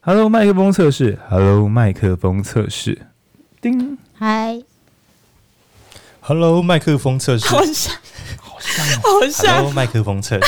Hello， 麦克风测试。Hello， 麦克风测试。叮。 嗨。 Hello， 麦克风测试。 好像。 Hello， 麦克风测试。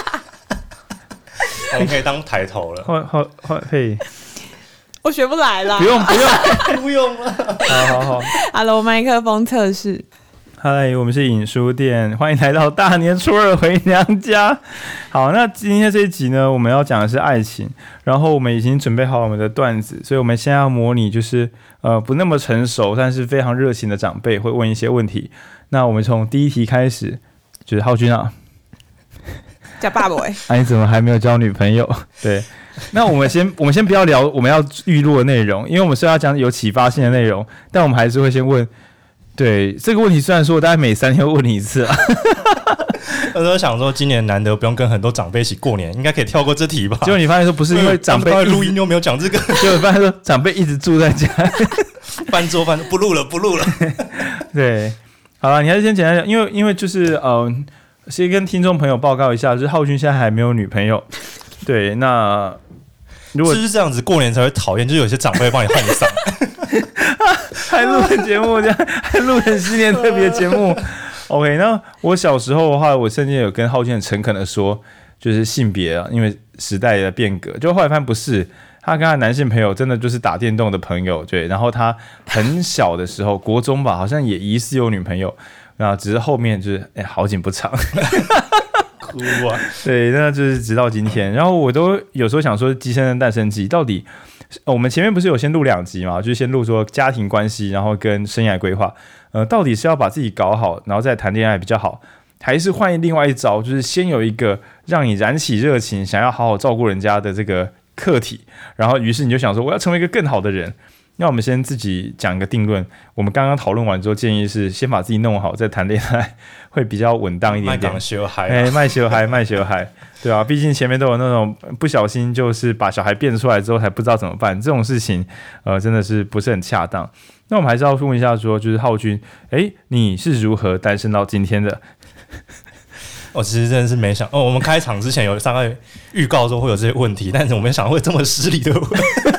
我们可以当抬头了。 换嘿。 我学不来了。 不用不用了。 好。 Hello， 麦克风测试。 嗨，我们是影书店，欢迎来到大年初二回娘家。好，那今天这一集呢，我们要讲的是爱情，然后我们已经准备好我们的段子，所以我们现在要模拟就是不那么成熟，但是非常热情的长辈会问一些问题。那我们从第一题开始，就是浩君啊， 叫爸爸你怎么还没有交女朋友？对，那我们先不要聊我们要预录的内容，因为我们虽然要讲有启发性的内容，但我们还是会先问。对这个问题，虽然说我大概每3天会问你一次啊， 那时候想说今年难得不用跟很多长辈一起过年，应该可以跳过这题吧？ 结果你发现说不是因为长辈录音又没有讲这个， 结果你发现说长辈一直住在家， 翻桌不录了。 对，好了，你还是先简单讲，因为就是先跟听众朋友报告一下，就是浩君现在还没有女朋友。对，那如果是这样子，过年才会讨厌，就是有些长辈帮你换嗓。 还录了节目，这样还录了新年特别节目。OK， 那我小时候的话，我甚至有跟浩君很诚恳的说，就是性别啊，因为时代的变革，就后来发现不是，他跟他男性朋友真的就是打电动的朋友，对，然后他很小的时候，国中吧，好像也疑似有女朋友，然后只是后面就是好景不长。 哭啊！ 对，那就是直到今天，然后我都有时候想说，《鸡生蛋，蛋生鸡》到底，我们前面不是有先录2集嘛，就是先录说家庭关系，然后跟生涯规划，到底是要把自己搞好，然后再谈恋爱比较好，还是换另外一招，就是先有一个让你燃起热情，想要好好照顾人家的这个课题，然后于是你就想说，我要成为一个更好的人。那我们先自己讲一个定论。我们刚刚讨论完之后，建议是先把自己弄好，再谈恋爱，会比较稳当一点点。 卖小孩， 卖小孩，对啊，毕竟前面都有那种不小心就是把小孩变出来之后才不知道怎么办，这种事情，真的是不是很恰当。那我们还是要问一下说，就是浩君，你是如何单身到今天的？ 我其实真的是没想，我们开场之前有大概预告说会有这些问题，但是我没想到会这么失礼的问题。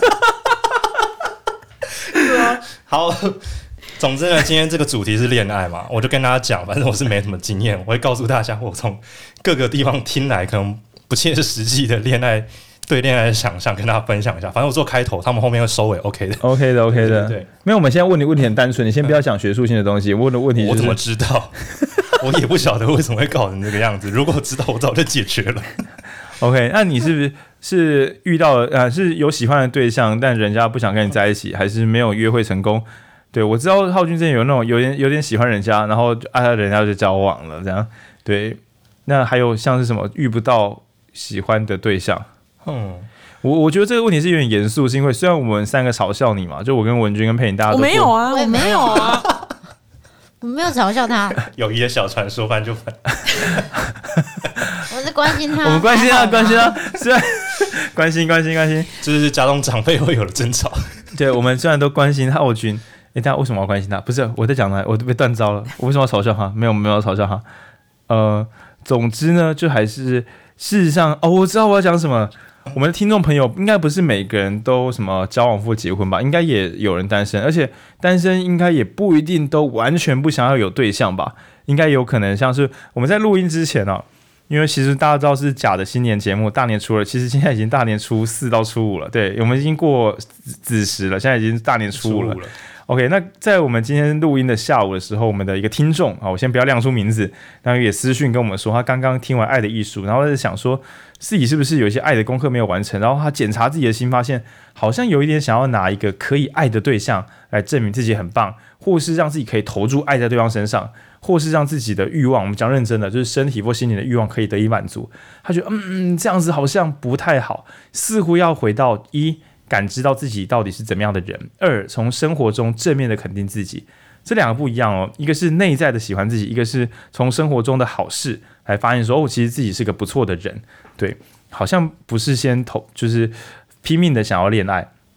好，总之呢，今天这个主题是恋爱嘛，我就跟大家讲，反正我是没什么经验，我会告诉大家我从各个地方听来可能不切实际的恋爱对恋爱的想象，跟大家分享一下。反正我做开头，他们后面会收尾 OK 的。 对，没有，我们现在问你问题很单纯，你先不要讲学术性的东西。我问的问题就是， 我怎么知道？我也不晓得为什么会搞成这个样子。如果知道，我早就解决了。 OK， 那你是不是遇到是有喜欢的对象，但人家不想跟你在一起，还是没有约会成功？对，我知道浩君之前有那种有点喜欢人家，然后人家就交往了这样。对，那还有像是什么遇不到喜欢的对象？我觉得这个问题是有点严肃，是因为虽然我们3个嘲笑你嘛，就我跟文君跟佩妮，大家都我没有啊， 我没有啊。 我没有嘲笑他， 友谊的小船说翻就翻。 我是关心他， 我们关心他，虽然关心， 就是家中长辈会有的争吵。 对，我们虽然都关心浩君，但为什么要关心他？不是我在讲他，我都被断招了，我为什么要嘲笑他？没有要嘲笑他。总之呢，就还是事实上，我知道我要讲什么。我们的听众朋友应该不是每个人都什么交往或结婚吧，应该也有人单身，而且单身应该也不一定都完全不想要有对象吧，应该有可能像是我们在录音之前因为其实大家知道是假的新年节目，大年初二，其实现在已经大年初4到初5了，对，我们已经过子时了，现在已经大年初5了。OK， 那在我们今天录音的下午的时候，我们的一个听众我先不要亮出名字，然后也私讯跟我们说，他刚刚听完《爱的艺术》，然后在想说自己是不是有一些爱的功课没有完成，然后他检查自己的心，发现好像有一点想要拿一个可以爱的对象来证明自己很棒，或是让自己可以投注爱在对方身上，或是让自己的欲望，我们讲认真的，就是身体或心理的欲望可以得以满足。他觉得这样子好像不太好，似乎要回到感知到自己到底是怎么样的人；2，从生活中正面的肯定自己。这2个不一样一个是内在的喜欢自己，一个是从生活中的好事来发现说其实自己是个不错的人。对，好像不是先就是拼命的想要恋爱。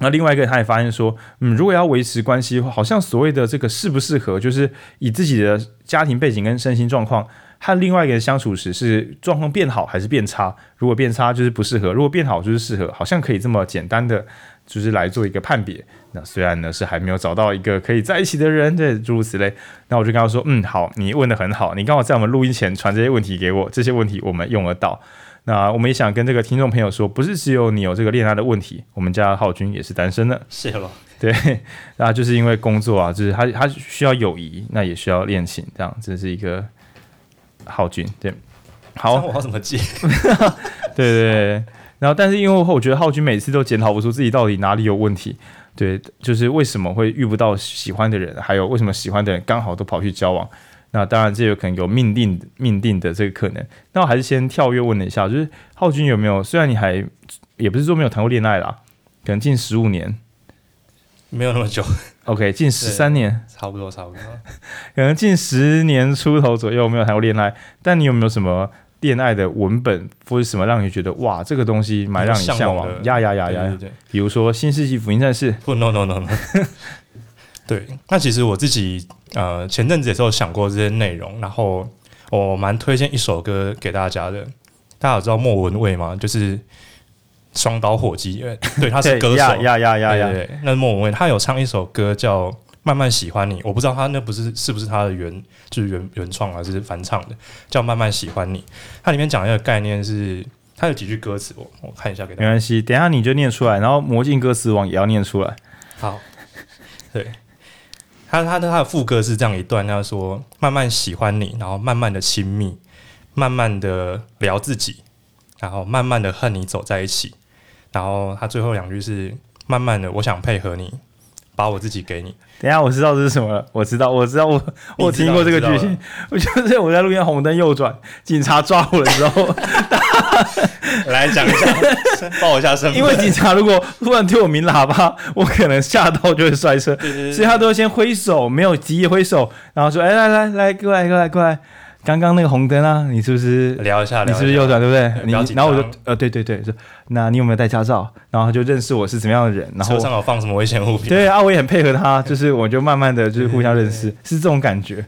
那另外一个他也发现说，如果要维持关系的话，好像所谓的这个适不适合，就是以自己的家庭背景跟身心状况和另外一个人相处时是状况变好还是变差。如果变差就是不适合，如果变好就是适合，好像可以这么简单的就是来做一个判别。那虽然呢是还没有找到一个可以在一起的人，对，诸如此类。那我就跟他说，好，你问得很好，你刚好在我们录音前传这些问题给我，这些问题我们用得到。那我们也想跟这个听众朋友说，不是只有你有这个恋爱的问题，我们家浩君也是单身的。 谢了。 对，那就是因为工作啊，就是他需要友谊，那也需要恋情，这样这是一个浩君。对，好， 我要怎么接？ 对。然后，但是因为我觉得浩君每次都检讨不出自己到底哪里有问题，对，就是为什么会遇不到喜欢的人，还有为什么喜欢的人刚好都跑去交往。那当然，这有可能有命定的这个可能。那我还是先跳跃问了一下，就是浩君有没有？虽然你还也不是说没有谈过恋爱啦，可能近15年， 没有那么久。 OK， 近13年， 差不多。可能近10年出头左右没有谈过恋爱。但你有没有什么恋爱的文本或者什么让你觉得哇，这个东西蛮让你向往？呀！ 对， 比如说《新世纪福音战士》。 不 ，no。对，那其实我自己前阵子也是有想过这些内容，然后我蛮推荐一首歌给大家的。大家有知道莫文蔚吗？就是双刀火鸡，对，他是歌手。对，那是莫文蔚，他有唱一首歌叫《慢慢喜欢你》，我不知道他那是不是他的原创还是翻唱的，叫《慢慢喜欢你》。它里面讲一个概念是，它有几句歌词，我看一下给大家。 没关系，等一下你就念出来，然后魔镜歌词网也要念出来。 好，对。他的副歌是这样一段，他说：“慢慢喜欢你，然后慢慢的亲密，慢慢的聊自己，然后慢慢的和你走在一起。”然后他最后2句是：“慢慢的，我想配合你，把我自己给你。” 等一下，我知道这是什么了。我知道，我听过这个剧情。我就是我在路边红灯右转，警察抓我的时候， 来讲一下，报我一下身份。 因为警察如果突然对我鸣喇叭，我可能吓到就会摔车，所以他都会先挥手，没有急也挥手，然后说：“来，过来。”刚刚那个红灯啊，你是不是聊一下？ 你是不是右转对不对？然后我就对，说那你有没有带驾照？然后他就认识我是怎么样的人，然后车上有放什么危险物品？ 对啊，我也很配合他，就是我就慢慢的就是互相认识，是这种感觉。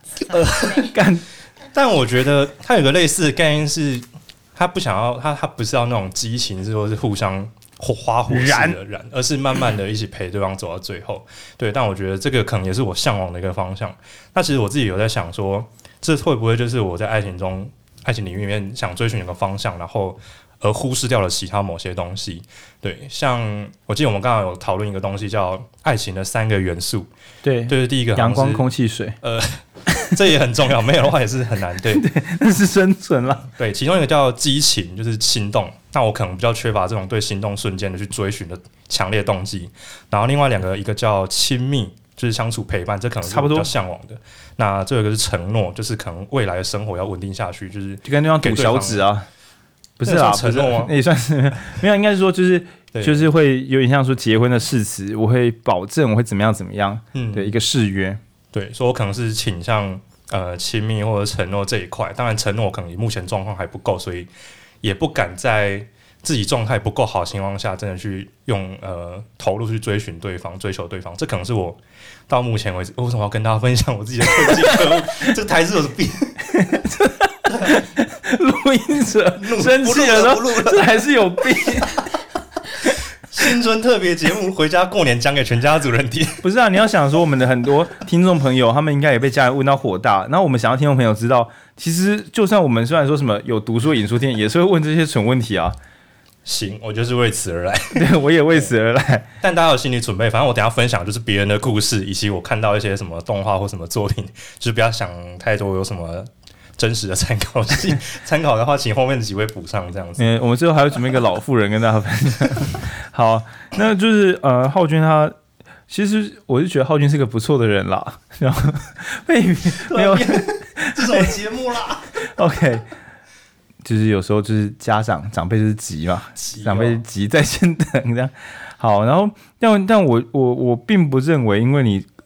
但我觉得他有个类似的概念是，他不想要他不是要那种激情，或是互相花火式的燃，而是慢慢的一起陪对方走到最后。对，但我觉得这个可能也是我向往的一个方向。那其实我自己有在想说，这会不会就是我在爱情领域里面想追寻一个方向，然后而忽视掉了其他某些东西？对，像我记得我们刚刚有讨论一个东西叫爱情的3个元素。对，就是第一个阳光、空气、水。 这也很重要，没有的话也是很难。对， 那是生存了。 对，其中一个叫激情，就是心动。那我可能比较缺乏这种对心动瞬间的去追寻的强烈动机。然后另外2个，一个叫亲密，就是相处陪伴，这可能是我比较向往的。那这有一个是承诺，就是可能未来的生活要稳定下去，就跟对方赌小指啊，不是啊， 承诺吗？ 那也算是没有，应该是说就是会有点像说结婚的誓词，我会保证我会怎么样，对，一个誓约。对， 所以我可能是倾向亲密或者承诺这一块。当然，承诺可能目前状况还不够，所以也不敢在自己状态不够好的情况下，真的去用投入去追寻对方、追求对方。这可能是我到目前为止，为什么要跟大家分享我自己的科技科目？这个台是有病。 录音者生气了都，这还是有病。 新春特别节目，回家过年讲给全家族人听。 不是啊，你要想说我们的很多听众朋友，他们应该也被家人问到火大。然后我们想要听众朋友知道，其实就算我们虽然说什么有读书影书店，也是会问这些蠢问题啊。 行，我就是为此而来。 对，我也为此而来。 但大家有心理准备，反正我等一下分享就是别人的故事，以及我看到一些什么动画或什么作品，就是不要想太多有什么真实的参考性。参考的话，请后面的几位补上这样子。 我们最后还会准备一个老妇人跟大家分享。好，那就是浩君他，其实我是觉得浩君是个不错的人啦。然后没有这种节目啦。 OK。就是有时候就是长辈就是急嘛，长辈急在先等这样。好，然后但我并不认为，因为你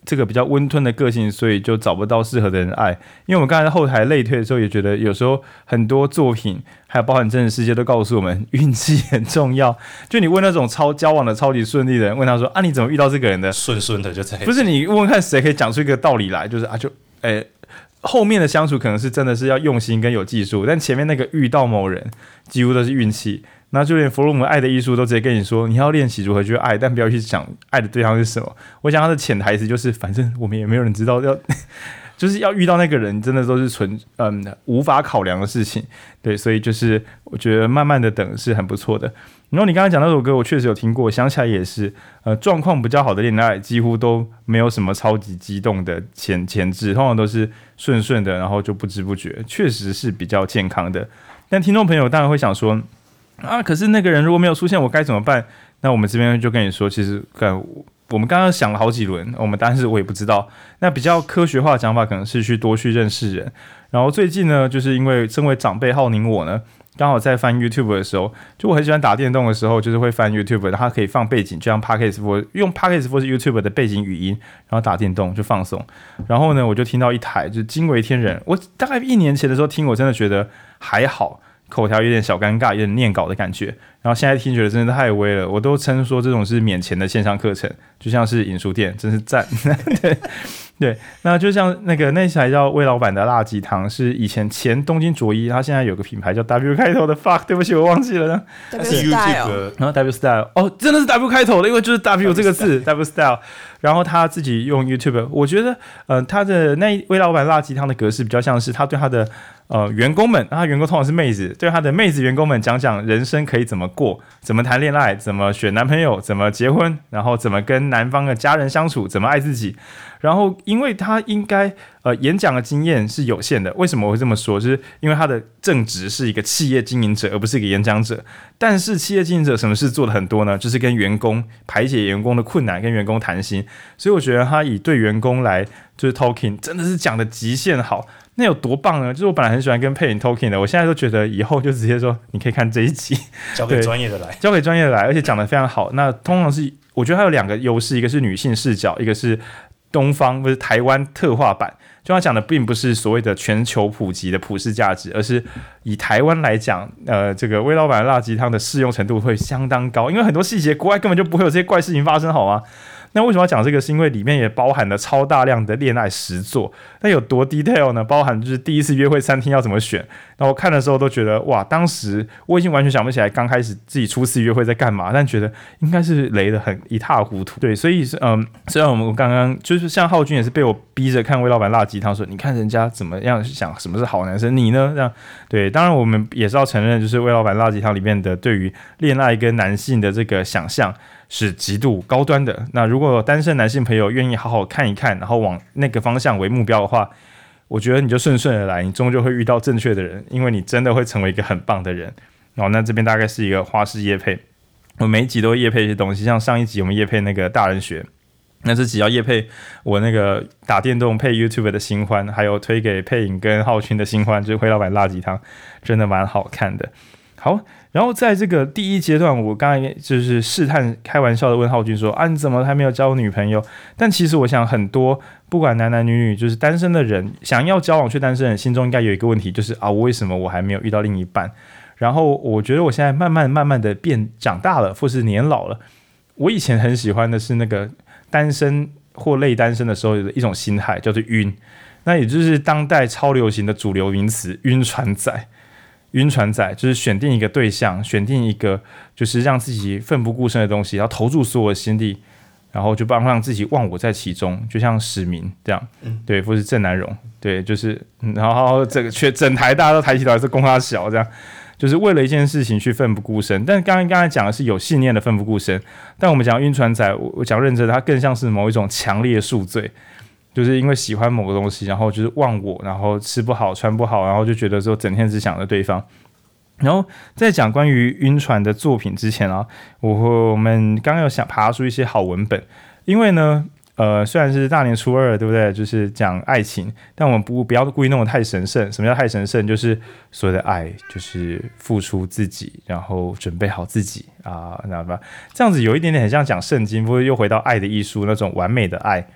这个比较温吞的个性，所以就找不到适合的人爱。因为我们刚才在后台类推的时候，也觉得有时候很多作品，还有包含真实世界，都告诉我们运气很重要。就你问那种交往的超级顺利的人，问他说啊，你怎么遇到这个人的？ 顺顺的就在一起， 不是你问问看谁可以讲出一个道理来，就是后面的相处可能是真的是要用心跟有技术，但前面那个遇到某人几乎都是运气。那就连弗洛姆爱的艺术都直接跟你说，你要练习如何去爱，但不要去想爱的对象是什么。我想他的潜台词就是，反正我们也没有人知道要，就是要遇到那个人，真的都是无法考量的事情。对，所以就是我觉得慢慢的等是很不错的。然后你刚才讲那首歌，我确实有听过，想起来也是，状况比较好的恋爱几乎都没有什么超级激动的前置，通常都是顺顺的，然后就不知不觉，确实是比较健康的。但听众朋友当然会想说，啊，可是那个人如果没有出现，我该怎么办？那我们这边就跟你说，其实我们刚刚想了好几轮，我们当然是我也不知道。那比较科学化的讲法，可能是多去认识人。然后最近呢，就是因为身为长辈浩宁我呢，刚好在翻 YouTube 的时候，就我很喜欢打电动的时候，就是会翻 YouTube， 它可以放背景，就像 Podcast 用 Podcast 或是 YouTube 的背景语音，然后打电动就放松。然后呢，我就听到一台就是惊为天人。我大概1年前的时候听，我真的觉得还好。口条有点小尴尬，有点念稿的感觉。然后现在听觉得真的太威了，我都称说这种是免钱的线上课程，就像是影书店，真是赞。对，那就像那台叫魏老板的辣鸡汤，是以前东京卓一，他现在有个品牌叫 W 开头的 fuck， 对不起我忘记了。 它是 YouTube， 然后 W Style 真的是 W 开头的，因为就是 W 这个字 W Style。然后他自己用 YouTube， 我觉得他的那魏老板辣鸡汤的格式比较像是他对他的员工们，他员工通常是妹子，对他的妹子员工们讲人生可以怎么过，怎么谈恋爱，怎么选男朋友，怎么结婚，然后怎么跟男方的家人相处，怎么爱自己。然后因为他应该演讲的经验是有限的，为什么我会这么说？就是因为他的正职是一个企业经营者，而不是一个演讲者。但是企业经营者什么事做的很多呢？就是跟员工排解员工的困难，跟员工谈心。所以我觉得他以对员工来就是 talking， 真的是讲的极限好。那有多棒呢？就是我本来很喜欢跟佩影 talking 的，我现在都觉得以后就直接说，你可以看这一集， 交给专业的来， 交给专业的来，而且讲的非常好。那通常是我觉得它有2个优势，一个是女性视角，一个是东方或是台湾特化版。就他讲的并不是所谓的全球普及的普世价值，而是以台湾来讲，这个魏老板的辣鸡汤的适用程度会相当高，因为很多细节国外根本就不会有这些怪事情发生，好吗？那为什么要讲这个？是因为里面也包含了超大量的恋爱实作。那有多 detail 呢？包含就是第一次约会餐厅要怎么选。然后我看的时候都觉得，哇，当时我已经完全想不起来刚开始自己初次约会在干嘛，但觉得应该是雷得很一塌糊涂。对，所以虽然我们刚刚就是像浩君也是被我逼着看魏老板辣鸡汤，说你看人家怎么样想什么是好男生，你呢？这样对，当然我们也是要承认，就是魏老板辣鸡汤里面的对于恋爱跟男性的这个想象是极度高端的。那如果单身男性朋友愿意好好看一看，然后往那个方向为目标的话，我觉得你就顺顺的来，你终究会遇到正确的人，因为你真的会成为一个很棒的人。然后那这边大概是一个花式业配，我每一集都会业配一些东西，像上一集我们业配那个大人学，那这集要业配我那个打电动配 YouTube 的新欢，还有推给配影跟浩群的新欢，就是灰老板辣鸡汤，真的蛮好看的。好，然后在这个第一阶段，我刚才就是试探开玩笑的问浩君说啊，你怎么还没有交女朋友？但其实我想很多不管男男女女，就是单身的人想要交往却单身的人，心中应该有一个问题，就是啊，我为什么我还没有遇到另一半？然后我觉得我现在慢慢的长大了，或是年老了。我以前很喜欢的是那个单身或类单身的时候有一种心态，叫做晕。那也就是当代超流行的主流名词晕船仔。晕船仔就是选定一个对象，选定一个就是让自己奋不顾身的东西，然后投注所有的心力，然后就让自己忘我在其中，就像史明这样，对，或是郑南榕，对，就是，然后这个整台大家都抬起头来是供他小这样，就是为了一件事情去奋不顾身。但刚才讲的是有信念的奋不顾身，但我们讲晕船仔，我讲认真的，它更像是某一种强烈宿醉。就是因为喜欢某个东西，然后就是忘我，然后吃不好穿不好，然后就觉得说整天只想着对方。然后在讲关于晕船的作品之前啊，我们刚刚有想爬出一些好文本，因为呢虽然是大年初二，对不对？就是讲爱情，但我们不要故意弄得太神圣。什么叫太神圣？就是所谓的爱，就是付出自己，然后准备好自己啊，知道吧？这样子有一点点很像讲圣经，不过又回到爱的艺术那种完美的爱。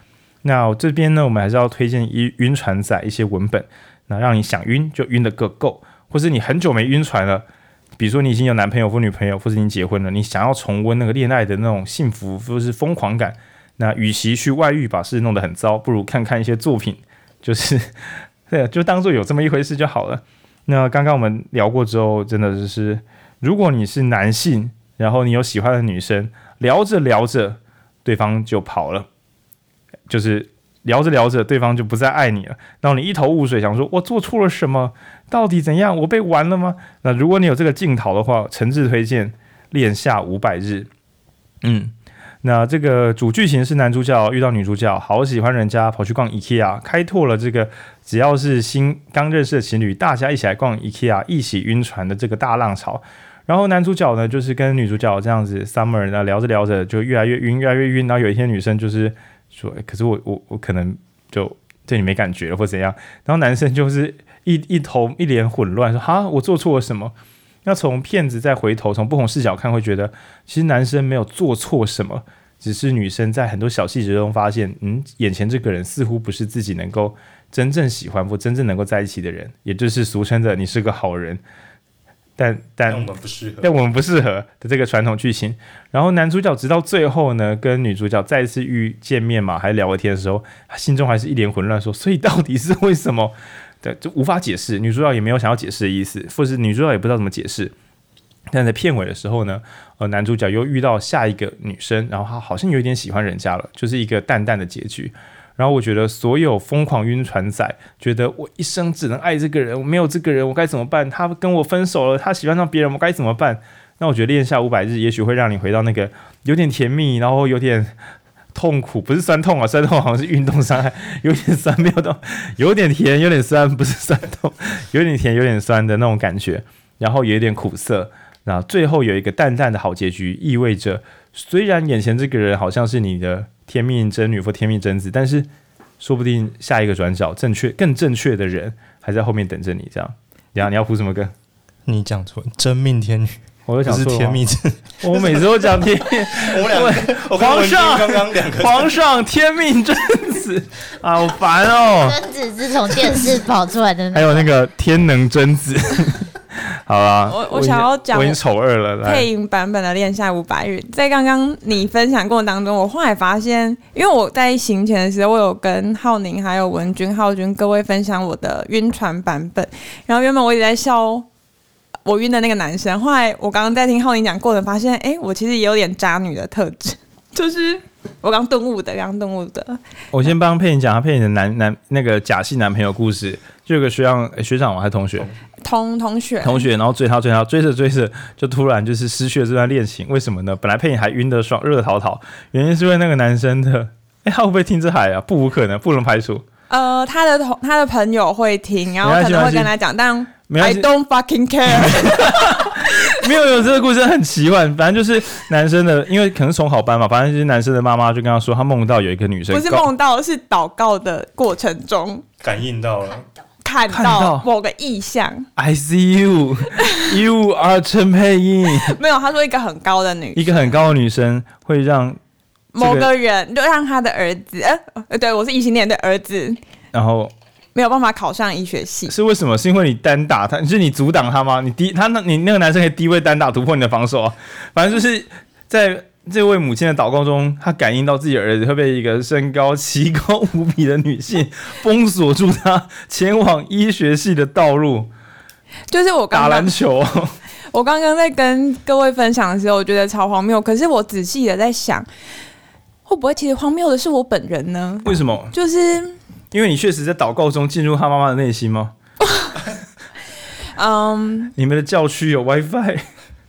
那这边呢，我们还是要推荐晕船仔一些文本，那让你想晕就晕得够，或是你很久没晕船了，比如说你已经有男朋友或女朋友，或是你结婚了，你想要重温那个恋爱的那种幸福或是疯狂感，那与其去外遇把事弄得很糟，不如看看一些作品，就是对，就当做有这么一回事就好了。那刚刚我们聊过之后，真的就是如果你是男性，然后你有喜欢的女生，聊着聊着对方就跑了，就是聊着聊着对方就不再爱你了，然后你一头雾水，想说我做错了什么，到底怎样，我被玩了吗？那如果你有这个镜头的话，诚挚推荐《恋夏500日》。那这个主剧情是男主角遇到女主角，好喜欢人家，跑去逛 IKEA， 开拓了这个只要是刚认识的情侣，大家一起来逛 IKEA， 一起晕船的这个大浪潮。然后男主角呢，就是跟女主角这样子 Summer 呢聊着聊着就越来越晕，然后有一天女生就是说，可是我可能就对你没感觉了或怎样，然后男生就是一脸混乱，说哈，我做错了什么？那从骗子再回头，从不同视角看，会觉得其实男生没有做错什么，只是女生在很多小细节中发现，眼前这个人似乎不是自己能够真正喜欢或真正能够在一起的人，也就是俗称的你是个好人，但我们不适合， 但我们不适合的这个传统剧情。然后男主角直到最后呢，跟女主角再一次见面嘛，还聊个天的时候，他心中还是一脸混乱，说，所以到底是为什么？对，就无法解释，女主角也没有想要解释的意思，或是女主角也不知道怎么解释。但在片尾的时候呢，男主角又遇到下一个女生，然后他好像有一点喜欢人家了，就是一个淡淡的结局。然后我觉得所有疯狂晕船仔觉得我一生只能爱这个人，我没有这个人我该怎么办？他跟我分手了，他喜欢上别人，我该怎么办？那我觉得《恋夏500日》也许会让你回到那个有点甜蜜，然后有点痛苦，不是酸痛啊，酸痛好像是运动伤害，有点酸没有到，有点甜有点酸，不是酸痛，有点甜有点酸的那种感觉，然后有一点苦涩，然后最后有一个淡淡的好结局，意味着虽然眼前这个人好像是你的天命真女或天命真子，但是说不定下一个转角更正确的人还在后面等着你。这样，你要谱什么歌？ 你讲错，真命天女。 我就讲错了， 是天命真， 我每次都讲天命。 我们两个， 皇上刚刚两个， 皇上天命真子啊，好烦哦！ 真子是从电视跑出来的， 还有那个天能真子。好啦， 我想要讲， 我已经丑二了。 配音版本的《恋夏500日》，在刚刚你分享过程当中，我后来发现，因为我在行前的时候，我有跟浩宁还有文君、浩君各位分享我的晕船版本，然后原本我一直在笑我晕的那个男生，后来我刚刚在听浩宁讲过程，发现我其实也有点渣女的特质，就是我刚顿悟的。 我先帮佩妮讲，他佩妮的那个假戏男朋友故事，就有个学长还是同学， 同学， 然后追着就突然就是失去了这段恋情。为什么呢？本来佩妮还晕得爽热淘淘，原因是因为那个男生的，他会不会听这海啊？不无可能，不能排除。 他的朋友会听，然后可能会跟他讲，但I don't fucking care 。 没有，这个故事很奇幻。反正就是男生的，因为可能重考班嘛，反正就是男生的妈妈就跟他说，他梦到有一个女生， 不是梦到，是祷告的过程中感应到了， 看到某个意象。 I see you, you are 陈佩英。 没有，他说一个很高的女生会让某个人，就让他的儿子，对我是异性恋的儿子， 然后没有办法考上医学系。 是为什么？是因为你单打他，是你阻挡他吗？你那个男生可以低位单打突破你的防守啊。反正就是在这位母亲的祷告中，他感应到自己的儿子会被一个身高奇高无比的女性封锁住他前往医学系的道路。 就是我刚刚打篮球， 我刚刚在跟各位分享的时候，我觉得超荒谬。可是我仔细的在想，会不会其实荒谬的是我本人呢？ 为什么？ 就是因为你确实在祷告中进入他妈妈的内心吗？你们的教区有 WiFi？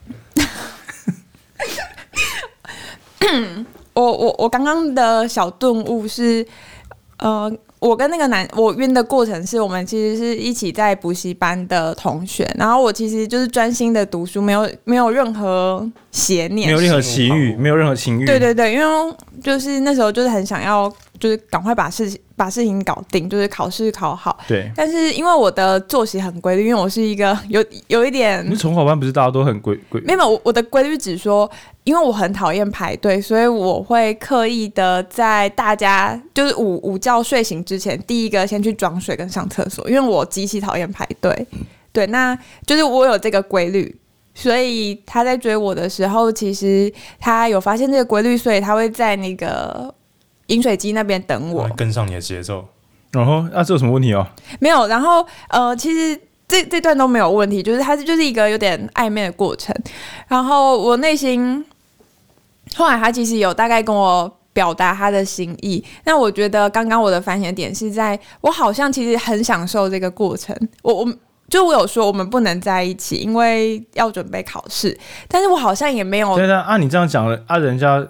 我刚刚的小顿悟是，我跟那个我晕的过程是我们其实是一起在补习班的同学，然后我其实就是专心的读书，没有任何邪念， 没有任何情欲，没有任何情欲。 对，因为就是那时候就是很想要就是赶快把事情搞定，就是考试考好。 对。 但是因为我的作息很规律，因为我是一个有一点， 你重考班不是大家都很规？ 没有，我的规律只说，因为我很讨厌排队，所以我会刻意的在大家就是午觉睡醒之前，第一个先去装水跟上厕所，因为我极其讨厌排队。对，那就是我有这个规律。所以他在追我的时候，其实他有发现这个规律，所以他会在那个饮水机那边等我， 跟上你的节奏。 然后这有什么问题哦？ 没有。然后其实这段都没有问题，就是它就是一个有点暧昧的过程。然后我内心后来他其实有大概跟我表达他的心意。那我觉得刚刚我的反省点是在我好像其实很享受这个过程。我有说我们不能在一起，因为要准备考试，但是我好像也没有。 对的你这样讲了人家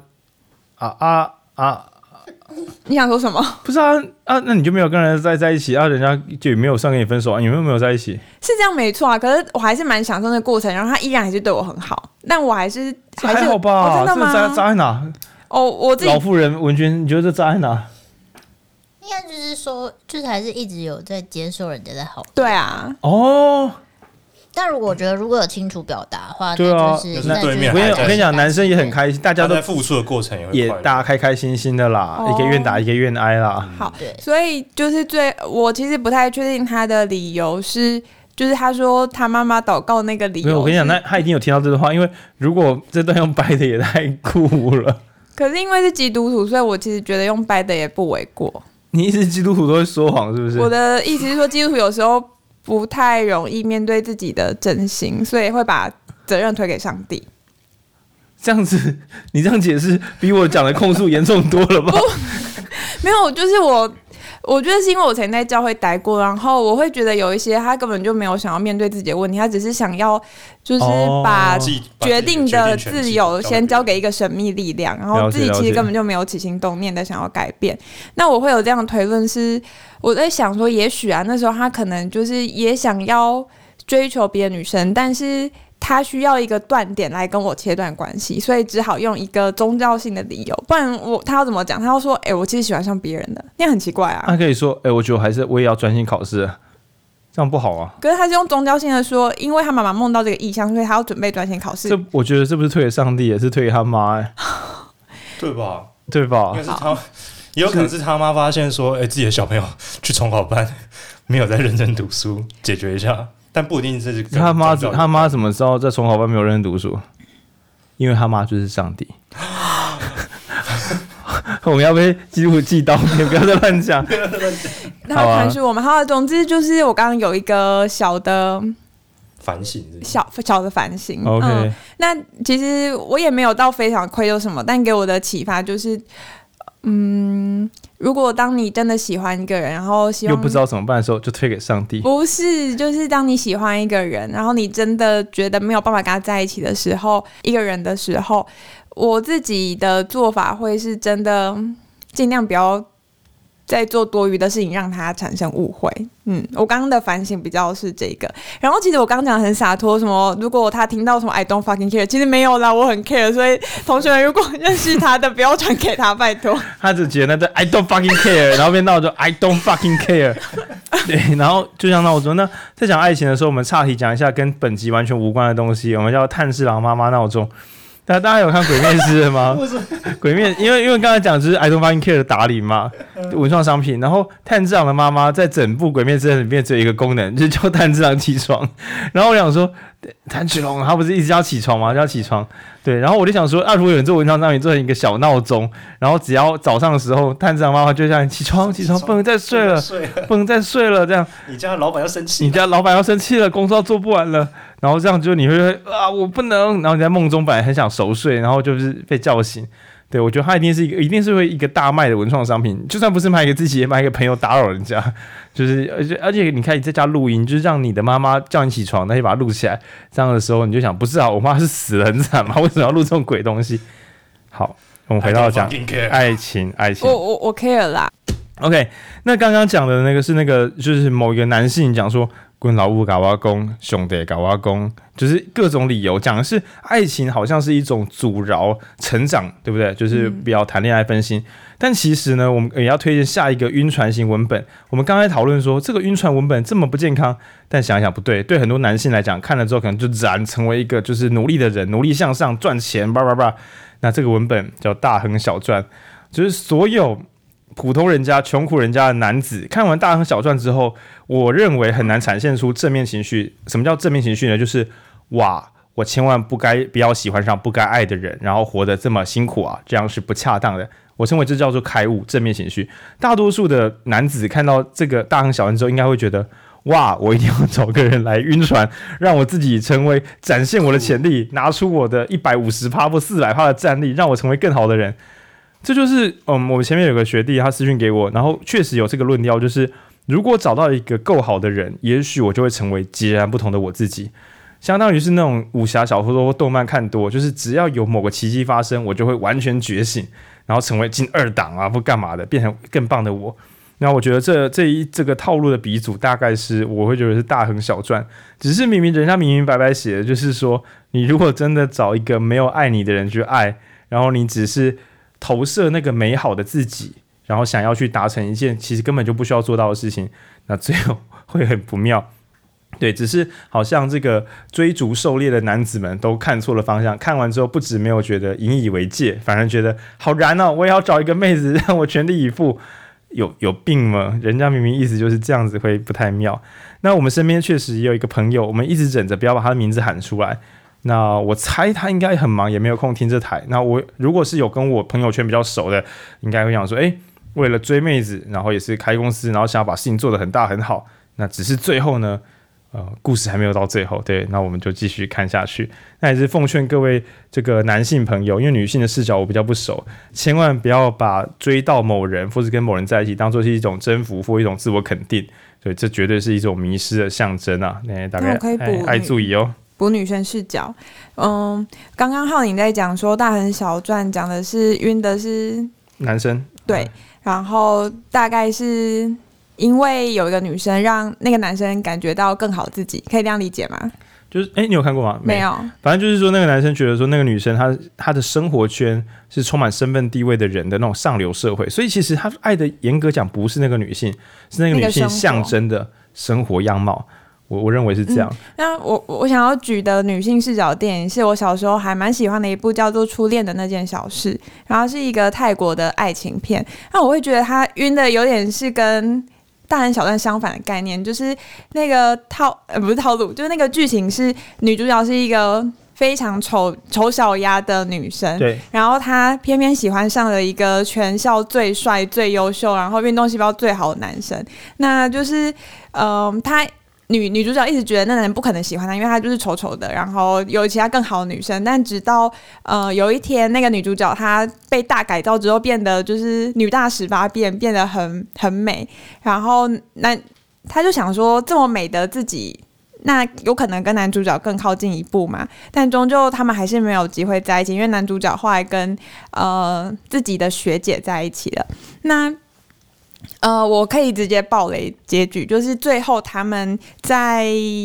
你想说什么？ 不是那你就没有跟人在一起人家就没有上跟你分手你们没有在一起？ 是这样没错可是我还是蛮享受那个过程，然后他依然还是对我很好，但我还是还好吧？ 真的吗？ 这渣在哪？ 我自己老妇人文君，你觉得这渣在哪？ 应该就是说，就是还是一直有在接受人家的好。 对啊。 但如果我觉得如果有清楚表达的话， 对啊， 那对面我跟你讲，男生也很开心，大家都在付出的过程也大家开开心心的啦，一个愿打一个愿挨啦。 好，所以就是我其实不太确定他的理由是，就是他说他妈妈祷告那个理由。 我跟你讲，那他一定有听到这段话，因为如果这段用掰的也太酷了。 可是因为是基督徒，所以我其实觉得用掰的也不为过。 你意思基督徒都会说谎是不是？ 我的意思是说，基督徒有时候不太容易面对自己的真心，所以会把责任推给上帝。 这样子，你这样解释比我讲的控诉严重多了吧？ 没有，就是我觉得是因为我曾经在教会待过，然后我会觉得有一些他根本就没有想要面对自己的问题，他只是想要就是把决定的自由先交给一个神秘力量，然后自己其实根本就没有起心动念的想要改变。那我会有这样的推论是，我在想说，也许那时候他可能就是也想要追求别的女生，但是他需要一个断点来跟我切断关系，所以只好用一个宗教性的理由，不然他要怎么讲？他要说我其实喜欢上别人的，那很奇怪啊。 他可以说我觉得我也要专心考试，这样不好啊。 可是他是用宗教性的说，因为他妈妈梦到这个意象，所以他要准备专心考试。 我觉得这不是推给上帝，也是推给他妈对吧？ 对吧？ 应该是他，也有可能是他妈发现说自己的小朋友去重考班没有在认真读书，解决一下。但不一定是他妈怎么知道在重考班没有认真读书？因为他妈就是上帝。我们要被基督徒记到，你不要再乱讲。 他传输我们。好，总之就是我刚刚有一个小的反省， 小的反省。 OK， 那其实我也没有到非常愧疚什么，但给我的启发就是，如果当你真的喜欢一个人，然后希望又不知道怎么办的时候，就推给上帝。 不是，就是当你喜欢一个人，然后你真的觉得没有办法跟他在一起的时候，一个人的时候，我自己的做法会是真的尽量不要再做多余的事情让他产生误会。我刚刚的反省比较是这个。然后其实我刚刚讲的很洒脱，什么如果他听到什么 I don't fucking care， 其实没有啦，我很 care。所以同学们如果认识他的，不要传给他，拜托。 他只觉得那 I don't fucking care， 然后变闹钟 I don't fucking care。对，然后就像闹钟。那在讲爱情的时候，我们岔题讲一下跟本集完全无关的东西，我们叫炭治郎妈妈闹钟。大家有看《鬼灭之刃》吗？鬼灭，因为刚才讲就是 I don't fucking care 的打理嘛，文创商品。然后炭治郎的妈妈在整部《鬼灭之刃》里面只有一个功能，就是叫炭治郎起床。然后我想说，炭治郎他不是一直要起床吗？叫起床。对，然后我就想说，如果有人做文创商品做成一个小闹钟，然后只要早上的时候，炭治郎妈妈就叫你起床，不能再睡了，不能再睡了，这样。 你家老板要生气， 你家老板要生气了，工作要做不完了。然后这样就你会我不能，然后你在梦中本来很想熟睡，然后就是被叫醒。对，我觉得它一定是会一个大卖的文创商品，就算不是卖给自己，也卖给朋友打扰人家。就是而且你看你在家录音，就是让你的妈妈叫你起床，那就把它录起来。这样的时候你就想，不是我妈是死了很惨吗？为什么要录这种鬼东西？好，我们回到讲爱情。我 care 啦。 OK， 那刚刚讲的那个是就是某一个男性讲说， 跟老母搞我公，兄弟搞我公，就是各种理由讲的是爱情好像是一种阻挠成长，对不对？就是不要谈恋爱分心。但其实呢，我们也要推荐下一个晕船型文本。我们刚才讨论说这个晕船文本这么不健康，但想一想不对，对很多男性来讲，看了之后可能就自然成为一个就是努力的人，努力向上赚钱，叭叭叭。那这个文本叫《大亨小传》，就是所有普通人家、穷苦人家的男子看完《大亨小传》之后，我认为很难展现出正面情绪。什么叫正面情绪呢？就是哇，我千万不要喜欢上不该爱的人，然后活得这么辛苦啊，这样是不恰当的。我称为这叫做开悟，正面情绪。大多数的男子看到这个大亨小传之后，应该会觉得，哇，我一定要找个人来晕船，让我自己成为展现我的潜力，拿出我的150%或400%的战力，让我成为更好的人。这就是我们前面有个学弟他私讯给我，然后确实有这个论调，就是如果找到一个够好的人，也许我就会成为截然不同的我自己。相当于是那种武侠小说或动漫看多，就是只要有某个奇迹发生，我就会完全觉醒，然后成为进2档啊或干嘛的，变成更棒的我。那我觉得这个套路的鼻祖大概是我会觉得是大亨小传，只是人家明明白白写的就是说，你如果真的找一个没有爱你的人去爱，然后你只是投射那个美好的自己，然后想要去达成一件其实根本就不需要做到的事情，那最后会很不妙。对，只是好像这个追逐狩猎的男子们都看错了方向，看完之后不止没有觉得引以为戒，反而觉得好燃哦，我也要找一个妹子让我全力以赴。有病吗？人家明明意思就是这样子会不太妙。那我们身边确实也有一个朋友，我们一直忍着不要把他的名字喊出来。那我猜他应该很忙，也没有空听这台。那我如果是有跟我朋友圈比较熟的，应该会想说，为了追妹子，然后也是开公司，然后想要把事情做得很大很好。那只是最后呢，故事还没有到最后，对，那我们就继续看下去。那也是奉劝各位这个男性朋友，因为女性的视角我比较不熟，千万不要把追到某人或是跟某人在一起当作是一种征服或一种自我肯定，所以这绝对是一种迷失的象征啊！大概爱注意哦。 补女生视角，刚刚浩宁在讲说《大亨小传》讲的是晕的是男生， 对，然后大概是因为有一个女生让那个男生感觉到更好的自己，可以这样理解吗？ 就是你有看过吗？ 没有。 反正就是说，那个男生觉得说，那个女生她的生活圈是充满身份地位的人的那种上流社会，所以其实他爱的严格讲不是那个女性，是那个女性象征的生活样貌。我认为是这样。 那我想要举的女性视角电影是我小时候还蛮喜欢的一部，叫做《初恋的那件小事》，然后是一个泰国的爱情片。那我会觉得它晕的有点是跟大亨小传相反的概念，就是那个不是套路，就是那个剧情是女主角是一个非常丑小鸭的女生， 对， 然后她偏偏喜欢上了一个全校最帅、最优秀，然后运动细胞最好的男生。那就是她女主角一直觉得那男人不可能喜欢她，因为她就是丑丑的，然后有其他更好的女生。但直到有一天，那个女主角她被大改造之后，变得就是女大18变，变得很美。然后她就想说，这么美的自己，那有可能跟男主角更靠近一步嘛？但终究他们还是没有机会在一起，因为男主角后来跟自己的学姐在一起了。那我可以直接爆雷结局，就是最后他们在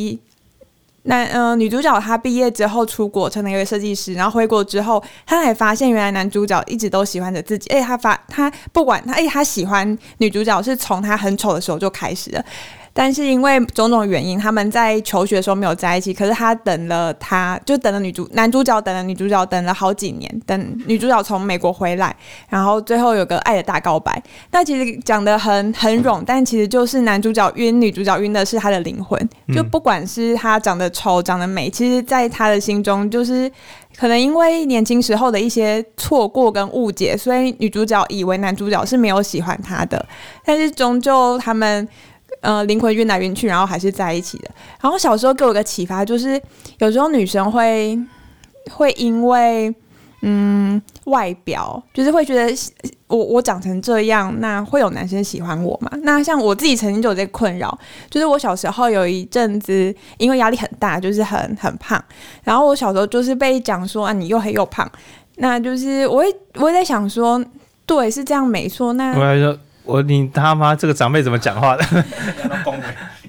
女主角她毕业之后出国成了一个设计师，然后回国之后，她才发现原来男主角一直都喜欢着自己，他不管他喜欢女主角是从他很丑的时候就开始了。但是因为种种原因，他们在求学的时候没有在一起。可是他等了男主角等了女主角等了好几年，等女主角从美国回来，然后最后有个爱的大告白。那其实讲得很冗，但其实就是男主角晕女主角晕的是他的灵魂。就不管是他长得丑长得美，其实在他的心中就是可能因为年轻时候的一些错过跟误解，所以女主角以为男主角是没有喜欢她的。但是终究他们灵魂晕来晕去，然后还是在一起的。然后小时候给我一个启发，就是有时候女生会因为外表，就是会觉得我长成这样，那会有男生喜欢我吗？那像我自己曾经就有这个困扰，就是我小时候有一阵子因为压力很大，就是很胖，然后我小时候就是被讲说你又黑又胖，那就是我会在想说，对，是这样没错。那我还说你他妈这个长辈怎么讲话的？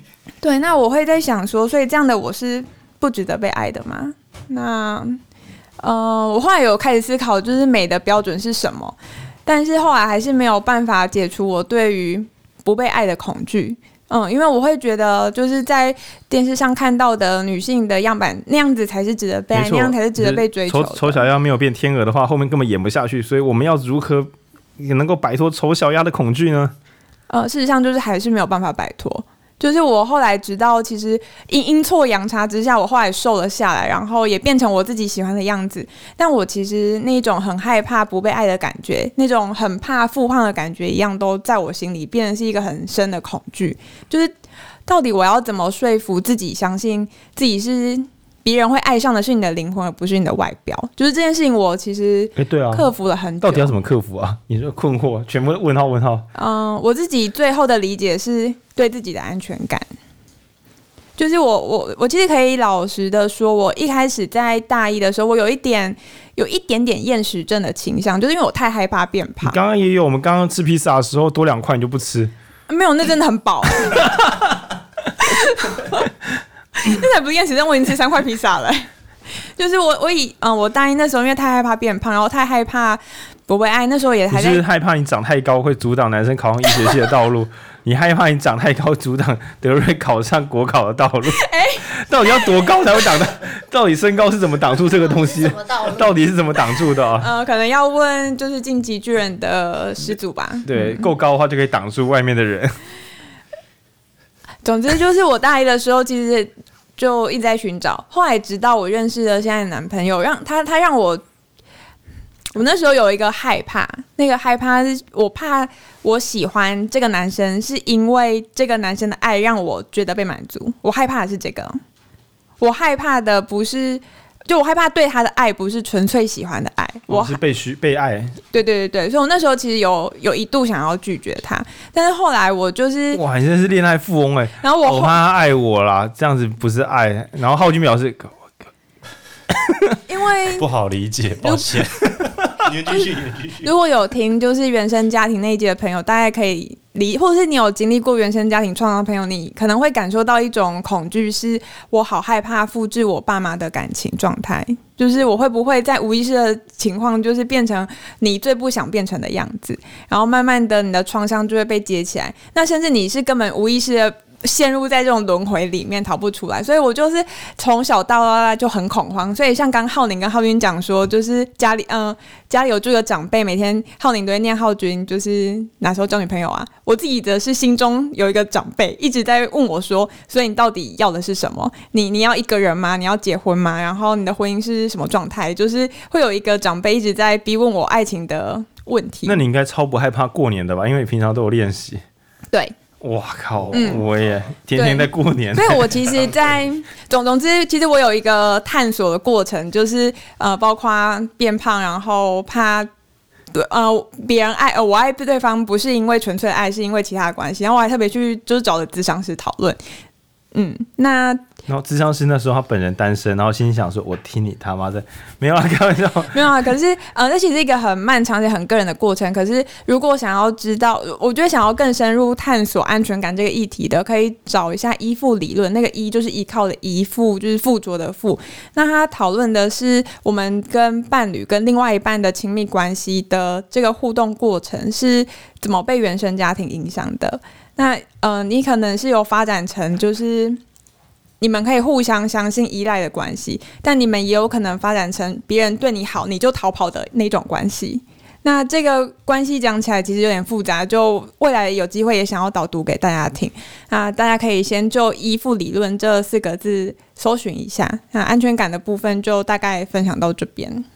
对，那我会在想说，所以这样的我是不值得被爱的吗？那我后来有开始思考，就是美的标准是什么，但是后来还是没有办法解除我对于不被爱的恐惧。因为我会觉得，就是在电视上看到的女性的样板那样子才是值得被爱，那样才是值得被追求的。 丑小鸭没有变天鹅的话，后面根本演不下去。所以我们要如何能够摆脱丑小鸭的恐惧呢？ 事实上就是还是没有办法摆脱。就是我后来直到其实阴错阳差之下，我后来瘦了下来，然后也变成我自己喜欢的样子。但我其实那种很害怕不被爱的感觉，那种很怕复胖的感觉一样，都在我心里变成是一个很深的恐惧。就是到底我要怎么说服自己，相信自己是别人会爱上的是你的灵魂，而不是你的外表。就是这件事情，我其实克服了很久。 到底要怎么克服啊？你说困惑，全部问号问号。 我自己最后的理解是对自己的安全感。就是我其实可以老实的说，我一开始在大一的时候，我有一点点厌食症的倾向，就是因为我太害怕变胖。 刚刚也有，我们刚刚吃披萨的时候多2块你就不吃， 没有，那真的很饱。那才不是厌食症，我已经吃3块披萨了。就是我大一那时候因为太害怕变胖，然后太害怕不被爱，那时候也还在。 你是害怕你长太高会阻挡男生考上医学系的道路，你害怕你长太高阻挡德瑞考上国考的道路。到底要多高才会挡到？到底身高是怎么挡住这个东西？到底是怎么挡住的啊？ 可能要问就是晋级巨人的始祖吧。 对，够高的话就可以挡住外面的人。 总之就是我大一的时候，其实就一直在寻找，后来直到我认识了现在的男朋友，让他让我那时候有一个害怕，那个害怕是我怕我喜欢这个男生，是因为这个男生的爱让我觉得被满足。我害怕的是这个，我害怕的不是。就我害怕对他的爱不是纯粹喜欢的爱，我是被爱。 对，所以我那时候其实有一度想要拒绝他，但是后来我就是哇，你真是恋爱富翁哎！ 然后我怕他爱我啦，这样子不是爱。然后浩君表示， 因为不好理解，抱歉。你们继续。 如果有听就是原生家庭那一集的朋友，大概可以或者是你有经历过原生家庭创伤的朋友，你可能会感受到一种恐惧，是我好害怕复制我爸妈的感情状态，就是我会不会在无意识的情况，就是变成你最不想变成的样子，然后慢慢的你的创伤就会被接起来，那甚至你是根本无意识的陷入在这种轮回里面逃不出来，所以我就是从小到大就很恐慌。所以像刚浩宁跟浩君讲说，就是家里有住个长辈，每天浩宁都会念浩君，就是哪时候交女朋友啊？我自己的是心中有一个长辈一直在问我说，所以你到底要的是什么？你要一个人吗？你要结婚吗？然后你的婚姻是什么状态？就是会有一个长辈一直在逼问我爱情的问题。 那你应该超不害怕过年的吧？因为你平常都有练习。 对。 哇靠！我也天天在过年。 所以我其实在总之，其实我有一个探索的过程，就是包括变胖，然后怕别人爱我爱对方不是因为纯粹的爱，是因为其他的关系。然后我还特别去就是找了咨商师讨论。然后咨商师那时候他本人单身，然后心想说：“我听你他妈的，没有啊，开玩笑， 没有啊。”可是这其实是一个很漫长且很个人的过程。可是如果想要知道，我觉得想要更深入探索安全感这个议题的，可以找一下依附理论。那个依就是依靠的依，附就是附着的附。那他讨论的是我们跟伴侣、跟另外一半的亲密关系的这个互动过程是怎么被原生家庭影响的。那你可能是有发展成就是你们可以互相相信依赖的关系，但你们也有可能发展成别人对你好你就逃跑的那种关系。那这个关系讲起来其实有点复杂，就未来有机会也想要导读给大家听。那大家可以先就依附理论这4个字搜寻一下。那安全感的部分就大概分享到这边。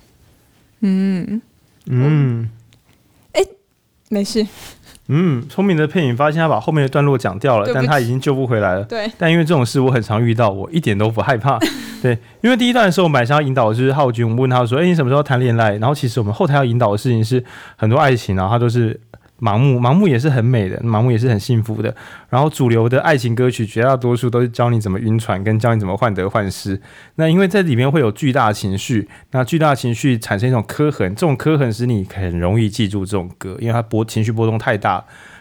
没事。 聪明的佩影发现他把后面的段落讲掉了，但他已经救不回来了。 对， 但因为这种事我很常遇到，我一点都不害怕。对，因为第一段的时候我们本来想要引导的就是浩君，我们问他说：“你什么时候谈恋爱？”然后其实我们后台要引导的事情是很多爱情，然后他都是盲目也是很美的，盲目也是很幸福的。然后主流的爱情歌曲绝大多数都是教你怎么晕船，跟教你怎么患得患失。那因为在里面会有巨大的情绪，那巨大的情绪产生一种刻痕，这种刻痕使你很容易记住这种歌，因为它情绪波动太大。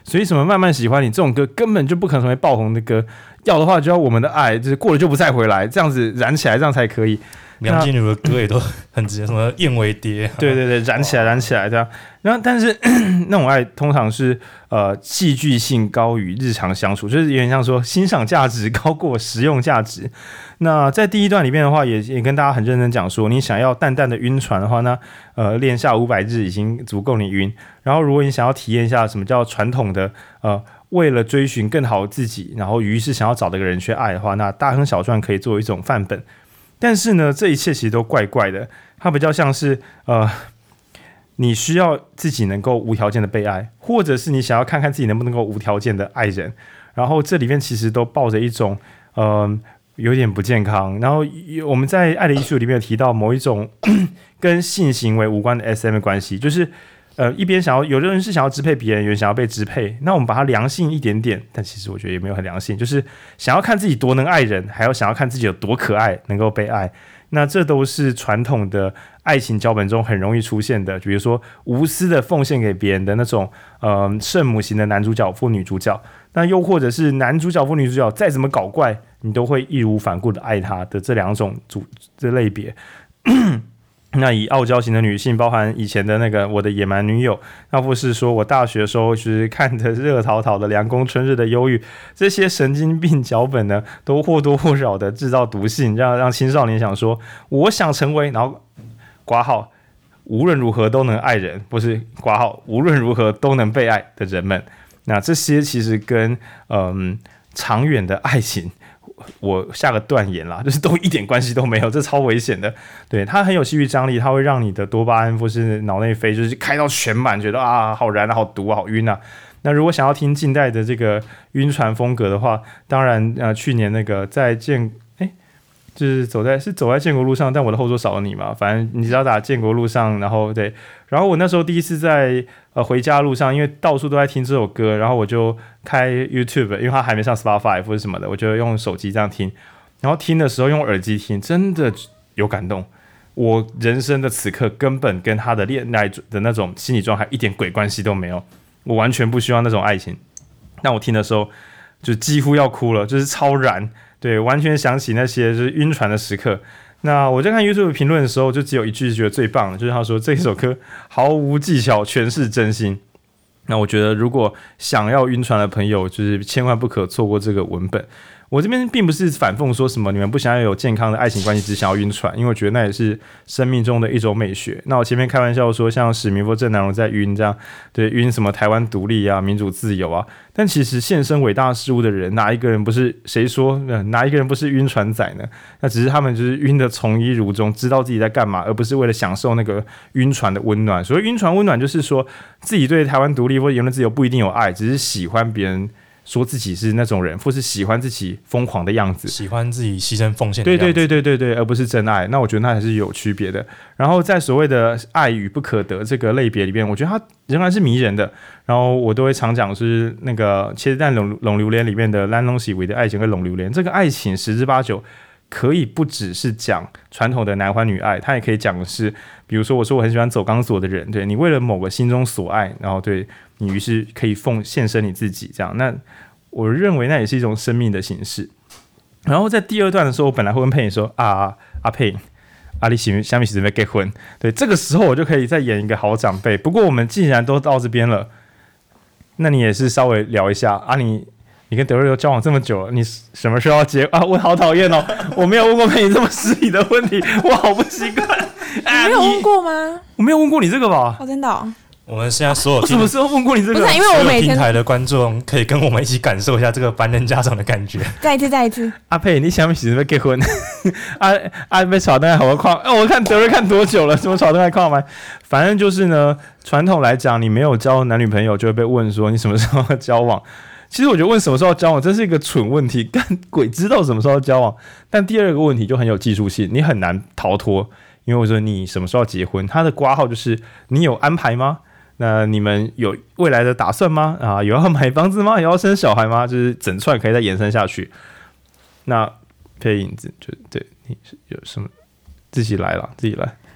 所以什么慢慢喜欢你这种歌根本就不可能成为爆红的歌，要的话就要我们的爱，就是过了就不再回来，这样子燃起来，这样才可以。 梁静茹的歌也都很直接，什么燕尾蝶， 对对对，燃起来，燃起来这样。然后，但是那种爱通常是戏剧性高于日常相处，就是有点像说欣赏价值高过实用价值。那在第一段里面的话，也跟大家很认真讲说，你想要淡淡的晕船的话，那练下500日已经足够你晕。然后，如果你想要体验一下什么叫传统的为了追寻更好的自己，然后于是想要找的一个人去爱的话，那大亨小传可以作为一种范本。但是呢，这一切其实都怪怪的，它比较像是你需要自己能够无条件的被爱，或者是你想要看看自己能不能够无条件的爱人，然后这里面其实都抱着一种有点不健康。然后我们在《爱的艺术》里面有提到某一种跟性行为无关的 SM 的关系，就是一边想要，有的人是想要支配别人，有人想要被支配。那我们把它良性一点点，但其实我觉得也没有很良性，就是想要看自己多能爱人，还要想要看自己有多可爱，能够被爱。那这都是传统的爱情脚本中很容易出现的，比如说无私的奉献给别人的那种圣母型的男主角或女主角，那又或者是男主角或女主角再怎么搞怪，你都会义无反顾的爱他的这两种这类别。那以傲娇型的女性，包含以前的那个我的野蛮女友，要不是说我大学的时候就是看着热淘淘的凉宫春日的忧郁，这些神经病脚本呢，都或多或少的制造毒性，让青少年想说，我想成为，然后括号无论如何都能爱人，不是括号无论如何都能被爱的人们。那这些其实跟长远的爱情。我下个断言啦，就是都一点关系都没有，这超危险的。对，它很有戏剧张力，它会让你的多巴胺或是脑内啡就是开到全满，觉得啊好燃啊，好毒啊，好晕啊。那如果想要听近代的这个晕船风格的话，当然去年那个就是走在建国路上，但我的后座少了你嘛，反正你只要打建国路上，然后对，然后我那时候第一次在回家路上，因为到处都在听这首歌，然后我就开 YouTube， 因为它还没上 Spotify 或者什么的，我就用手机这样听，然后听的时候用耳机听，真的有感动。我人生的此刻根本跟他的恋爱的那种心理状态一点鬼关系都没有，我完全不需要那种爱情。但我听的时候就几乎要哭了，就是超燃。对，完全想起那些就是晕船的时刻。那我在看 YouTube 评论的时候，就只有一句觉得最棒的，就是他说这首歌毫无技巧，全是真心。那我觉得如果想要晕船的朋友，就是千万不可错过这个文本。我这边并不是反讽说什么你们不想要有健康的爱情关系，只想要晕船，因为我觉得那也是生命中的一种美学。那我前面开玩笑说，像史密夫、郑南榕在晕这样，对，晕什么台湾独立啊、民主自由啊，但其实献身伟大事物的人，哪一个人不是？谁说哪一个人不是晕船仔呢？那只是他们就是晕的从一如终，知道自己在干嘛，而不是为了享受那个晕船的温暖。所谓晕船温暖，就是说自己对台湾独立或言论自由不一定有爱，只是喜欢别人。说自己是那种人，或是喜欢自己疯狂的样子， 喜欢自己牺牲奉献的样子， 对，而不是真爱。那我觉得那还是有区别的。然后在所谓的爱与不可得这个类别里面，我觉得它仍然是迷人的。然后我都会常讲是那个《茄子蛋龙榴莲》里面的蓝龙喜维的爱情跟龙榴莲，这个爱情十之八九可以不只是讲传统的男欢女爱，它也可以讲的是，比如说我说我很喜欢走钢索的人，对你为了某个心中所爱，然后对你于是可以献身你自己这样。那我认为那也是一种生命的形式。然后在第二段的时候，我本来会跟佩妮说阿佩，你下面是准备结婚，对，这个时候我就可以再演一个好长辈。不过我们既然都到这边了，那你也是稍微聊一下啊，你跟德瑞都交往这么久了，你什么时候要结啊？我好讨厌哦，我没有问过佩妮这么失礼的问题，我好不习惯。 你没有问过吗？ 我没有问过你这个吧？ 真的哦。 我们现在所有我什么时候问过你这个？ 不是，因为我每天平台的观众可以跟我们一起感受一下这个凡人家长的感觉。 再一次。 阿佩，你想不想结婚？被炒蛋好快我看德瑞看多久了？怎么炒蛋快吗？反正就是呢，传统来讲，你没有交男女朋友，就会被问说你什么时候要交往。其实我觉得问什么时候交往，真是一个蠢问题，干鬼知道什么时候交往。但第二个问题就很有技术性，你很难逃脱，因为我说你什么时候要结婚，它的括号就是你有安排吗？那你们有未来的打算吗？啊，有要买房子吗？有要生小孩吗？就是整串可以再延伸下去。那配影子就对你有什么自己来。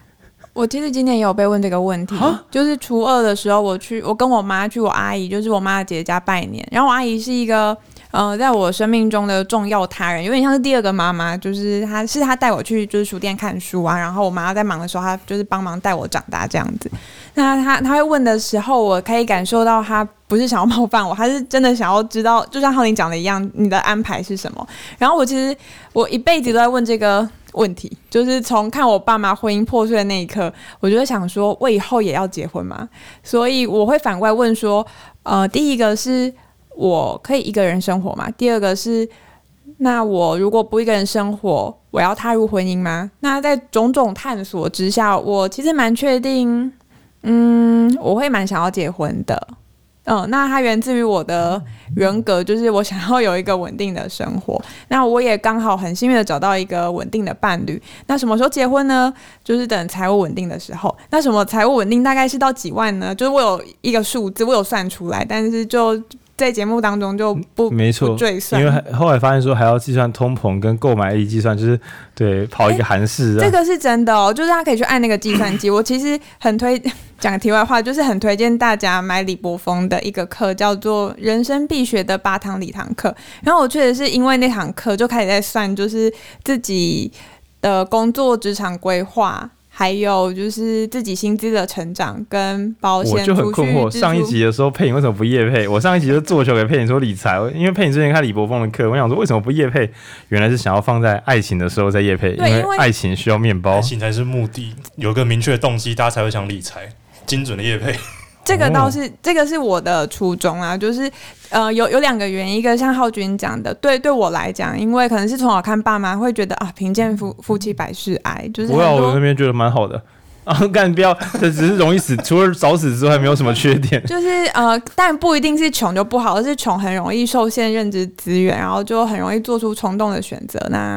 我其实今年也有被问这个问题，就是初2的时候，我跟我妈去我阿姨，就是我妈的姐姐家拜年，然后我阿姨是一个在我生命中的重要他人，有点像是第二个妈妈，就是她带我去就是书店看书啊，然后我妈在忙的时候，她就是帮忙带我长大这样子。那她会问的时候，我可以感受到她不是想要冒犯我，她是真的想要知道，就像浩宁讲的一样，你的安排是什么。然后我一辈子都在问这个问题，就是从看我爸妈婚姻破碎的那一刻，我就会想说，我以后也要结婚吗？所以我会反过来问说，第一个是我可以一个人生活吗？第二个是，那我如果不一个人生活，我要踏入婚姻吗？那在种种探索之下，我其实蛮确定，我会蛮想要结婚的。那它源自于我的人格，就是我想要有一个稳定的生活。那我也刚好很幸运的找到一个稳定的伴侣。那什么时候结婚呢？就是等财务稳定的时候。那什么财务稳定大概是到几万呢？就是我有一个数字，我有算出来，但是就在节目当中就不赘算， 因为后来发现说还要计算通膨跟购买力计算，就是对跑一个函式这个是真的哦，就是大家可以去按那个计算机。我其实很讲题外话，就是很推荐大家买李柏锋的一个课，叫做人生必学的8堂礼堂课。然后我确实是因为那堂课就开始在算，就是自己的工作职场规划，还有就是自己薪资的成长跟保险。 我就很困惑，上一集的时候佩颖为什么不业配？我上一集就做球给佩颖说理财，因为佩颖之前看李柏锋的课，我想说为什么不业配？原来是想要放在爱情的时候再业配，因为爱情需要面包， 爱情才是目的，有个明确的动机，大家才会想理财，精准的业配。 这个倒是，这个是我的初衷啊，就是有两个原因，一个像浩君讲的，对我来讲，因为可能是从小看爸妈会觉得啊，贫贱夫妻百事哀，就是我那边觉得蛮好的。干不要，这只是容易死，除了早死之外没有什么缺点。 就是但不一定是穷就不好，而是穷很容易受限认知资源，然后就很容易做出冲动的选择。那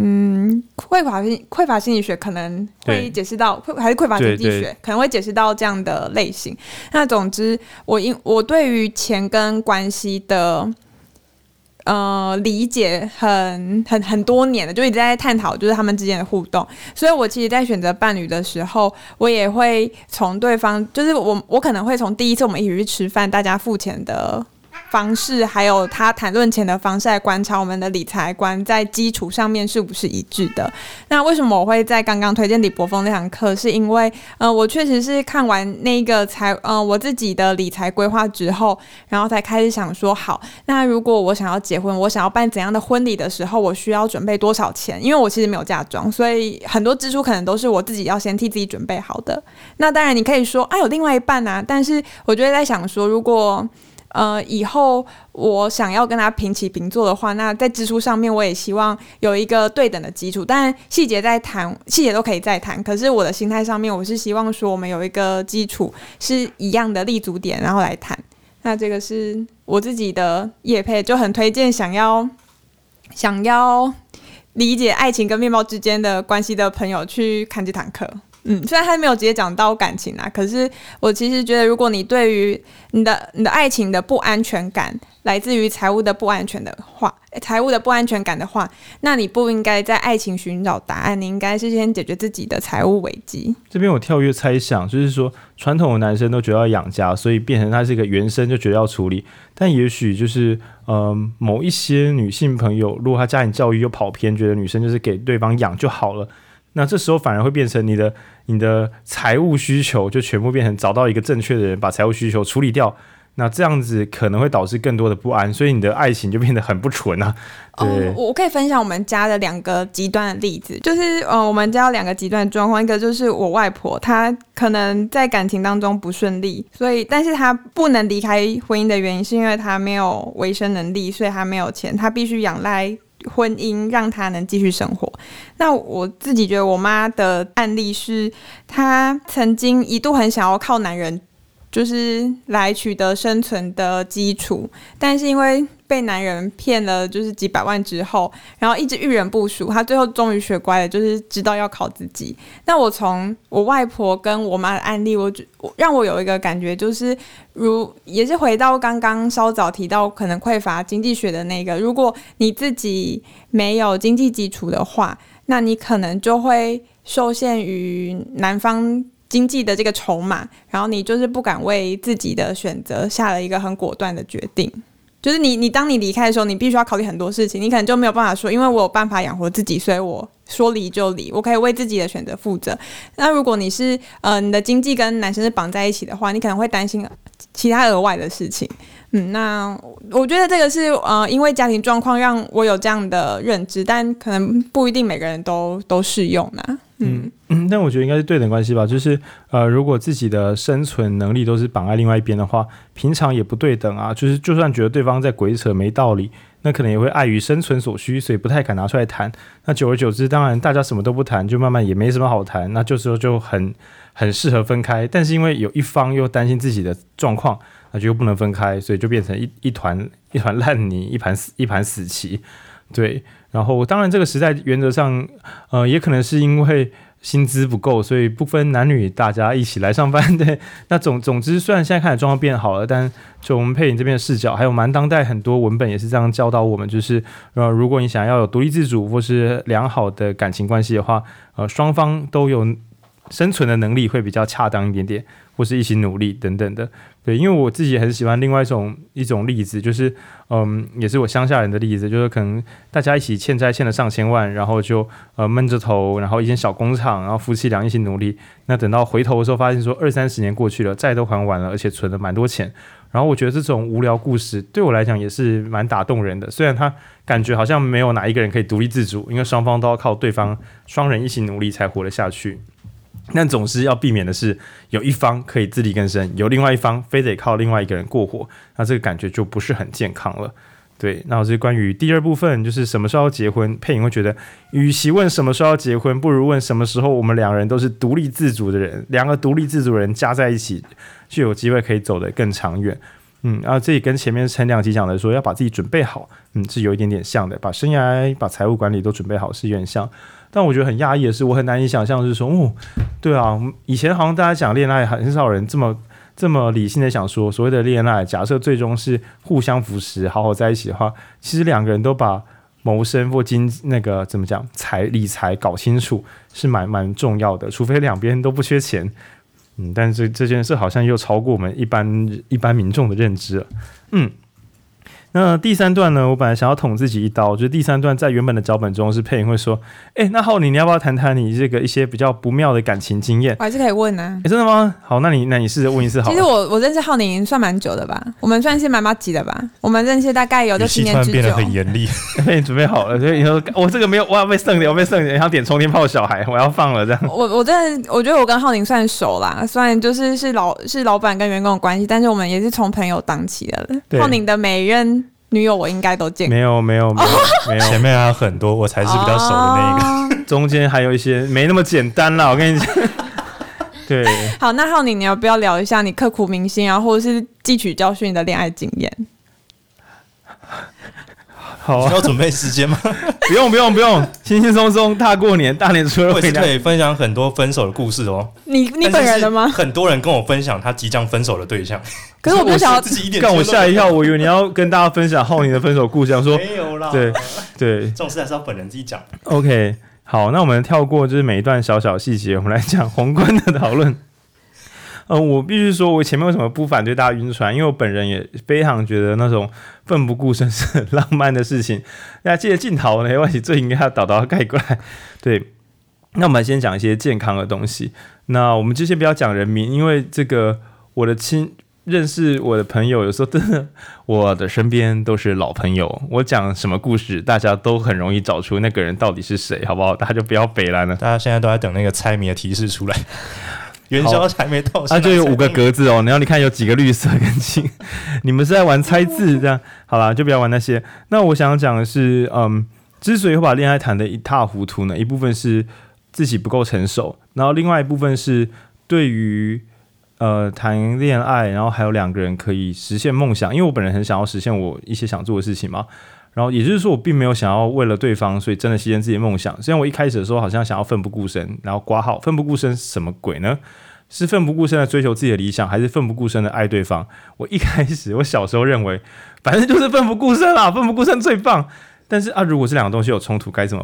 匮乏心理学可能会解释到，还是匮乏经济学可能会解释到这样的类型。那总之，我对于钱跟关系的理解很多年了，就一直在探讨就是他们之间的互动，所以我其实在选择伴侣的时候，我也会从对方，就是我可能会从第一次我们一起去吃饭，大家付钱的方式，还有他谈论钱的方式来观察我们的理财观在基础上面是不是一致的。那为什么我会在刚刚推荐李柏锋那堂课，是因为我确实是看完那个我自己的理财规划之后，然后才开始想说，好，那如果我想要结婚，我想要办怎样的婚礼的时候，我需要准备多少钱？因为我其实没有嫁妆，所以很多支出可能都是我自己要先替自己准备好的。那当然你可以说有另外一半啊，但是我就会在想说，如果以后我想要跟他平起平坐的话，那在支出上面我也希望有一个对等的基础，但细节都可以再谈。可是我的心态上面，我是希望说我们有一个基础是一样的立足点，然后来谈。那这个是我自己的业配，就很推荐想要理解爱情跟面包之间的关系的朋友去看这堂课。虽然他没有直接讲到感情啊，可是我其实觉得，如果你对于你的爱情的不安全感来自于财务的不安全感的话，那你不应该在爱情寻找答案，你应该是先解决自己的财务危机。 这边我跳跃猜想，就是说传统的男生都觉得要养家，所以变成他是一个原生就觉得要处理，但也许就是某一些女性朋友，如果她家庭教育又跑偏，觉得女生就是给对方养就好了，那这时候反而会变成你的财务需求就全部变成找到一个正确的人把财务需求处理掉，那这样子可能会导致更多的不安，所以你的爱情就变得很不纯啊。对， 我可以分享我们家的2个极端的例子，就是我们家有2个极端的状况，一个就是我外婆，她可能在感情当中不顺利，但是她不能离开婚姻的原因是因为她没有维生能力，所以她没有钱，她必须仰赖婚姻让她能继续生活。那我自己觉得我妈的案例是，她曾经一度很想要靠男人就是来取得生存的基础，但是因为被男人骗了就是几百万之后，然后一直遇人不淑，她最后终于学乖了，就是知道要靠自己。那我从我外婆跟我妈的案例，让我有一个感觉，就是也是回到刚刚稍早提到可能匮乏经济学的那个，如果你自己没有经济基础的话，那你可能就会受限于男方经济的这个筹码，然后你就是不敢为自己的选择下了一个很果断的决定。就是你当你离开的时候，你必须要考虑很多事情，你可能就没有办法说，因为我有办法养活自己，所以我说离就离，我可以为自己的选择负责。那如果你是你的经济跟男生是绑在一起的话，你可能会担心其他额外的事情。那我觉得这个是因为家庭状况让我有这样的认知，但可能不一定每个人都适用啦。 但我觉得应该是对等关系吧，就是如果自己的生存能力都是绑在另外一边的话，平常也不对等啊。就是就算觉得对方在鬼扯没道理，那可能也会碍于生存所需，所以不太敢拿出来谈。那久而久之，当然大家什么都不谈，就慢慢也没什么好谈，那就很适合分开。但是因为有一方又担心自己的状况，那就又不能分开，所以就变成一团烂泥，一盘死棋。对，然后当然这个时代原则上也可能是因为薪资不够，所以不分男女大家一起来上班。对，那总之虽然现在看起来状况变好了，但就我们配音这边的视角，还有蛮当代很多文本也是这样教导我们，就是如果你想要有独立自主或是良好的感情关系的话，双方都有生存的能力会比较恰当一点点，或是一起努力等等的。对，因为我自己很喜欢另外一种例子，就是也是我乡下人的例子，就是可能大家一起欠债欠了上千万，然后就闷着头，然后一间小工厂，然后夫妻俩一起努力，那等到回头的时候发现说20-30年过去了，债都还完了，而且存了蛮多钱。然后我觉得这种无聊故事对我来讲也是蛮打动人的，虽然他感觉好像没有哪一个人可以独立自主，因为双方都要靠对方，双人一起努力才活得下去。但总是要避免的是，有一方可以自力更生，有另外一方非得靠另外一个人过活，那这个感觉就不是很健康了。对，那这是关于第二部分，就是什么时候要结婚。配影会觉得，与其问什么时候要结婚，不如问什么时候我们两人都是独立自主的人，两个独立自主的人加在一起，就有机会可以走得更长远。然后这也跟前面前2集讲的说要把自己准备好，是有一点点像的，把生涯、把财务管理都准备好是有点像。但我觉得很讶异的是，我很难以想象，是说，对啊，以前好像大家讲恋爱，很少人这么理性的想说，所谓的恋爱，假设最终是互相扶持，好好在一起的话，其实两个人都把谋生或那个怎么讲理财搞清楚是蛮重要的，除非两边都不缺钱。但是这件事好像又超过我们一般民众的认知了。那第三段呢，我本来想要捅自己一刀，就是第三段在原本的脚本中是配音会说，那浩你要不要谈谈你这个一些比较不妙的感情经验？ 我还是可以问啊。 真的吗？好，那你试着问一次好了。 其实我认识浩宁已经算蛮久的吧，我们算是蛮麻吉的吧，我们认识大概有6-7年之久。 变得很严厉。 你准备好了，所以你说我这个没有，我要被剩点，想点冲天炮小孩，我要放了这样。 我真的我觉得我跟浩宁算熟啦，虽然就是老板跟员工的关系，但是我们也是从朋友当起的了。浩宁的每一任女友我应该都见过。没有， 前面还有很多，我才是比较熟的那一个。 中间还有一些没那么简单啦，我跟你讲。对， 好，那浩宁，你要不要聊一下你刻骨铭心，然后或者是汲取教训的恋爱经验？ 好啊， 需要准备时间吗？ 不用，轻轻松松，大过年，大年初二我也是可以分享很多分手的故事哦。 你本人的吗？ 很多人跟我分享他即将分手的对象， 可是我不想要自己一点。 干我吓一跳，我以为你要跟大家分享浩宁的分手故事，想说没有啦。 对， 这种事还是要本人自己讲。 OK， 好，那我们跳过就是每一段小小细节，我们来讲宏观的讨论。我必须说，我前面为什么不反对大家晕船？因为我本人也非常觉得那种奋不顾身是很浪漫的事情。大家记得镜头呢，我起最应该要导盖过来。对，那我们先讲一些健康的东西。那我们就先不要讲人名，因为这个认识我的朋友，有时候真的，我的身边都是老朋友。我讲什么故事，大家都很容易找出那个人到底是谁，好不好？大家就不要北蓝了。 大家现在都在等那个猜谜的提示出来。元宵还没到， 就有5个格子哦。然后你看有几个绿色跟青，你们是在玩猜字这样。好啦，就不要玩那些。那我想讲的是，之所以会把恋爱谈得一塌糊涂呢，一部分是自己不够成熟，然后另外一部分是对于谈恋爱，然后还有2个人可以实现梦想。因为我本人很想要实现我一些想做的事情嘛。然后也就是说，我并没有想要为了对方，所以真的牺牲自己的梦想。虽然我一开始的时候好像想要奋不顾身，然后括号奋不顾身什么鬼呢？是奋不顾身的追求自己的理想，还是奋不顾身的爱对方？我一开始，我小时候认为，反正就是奋不顾身啦，奋不顾身最棒。但是如果这2个东西有冲突该怎么办？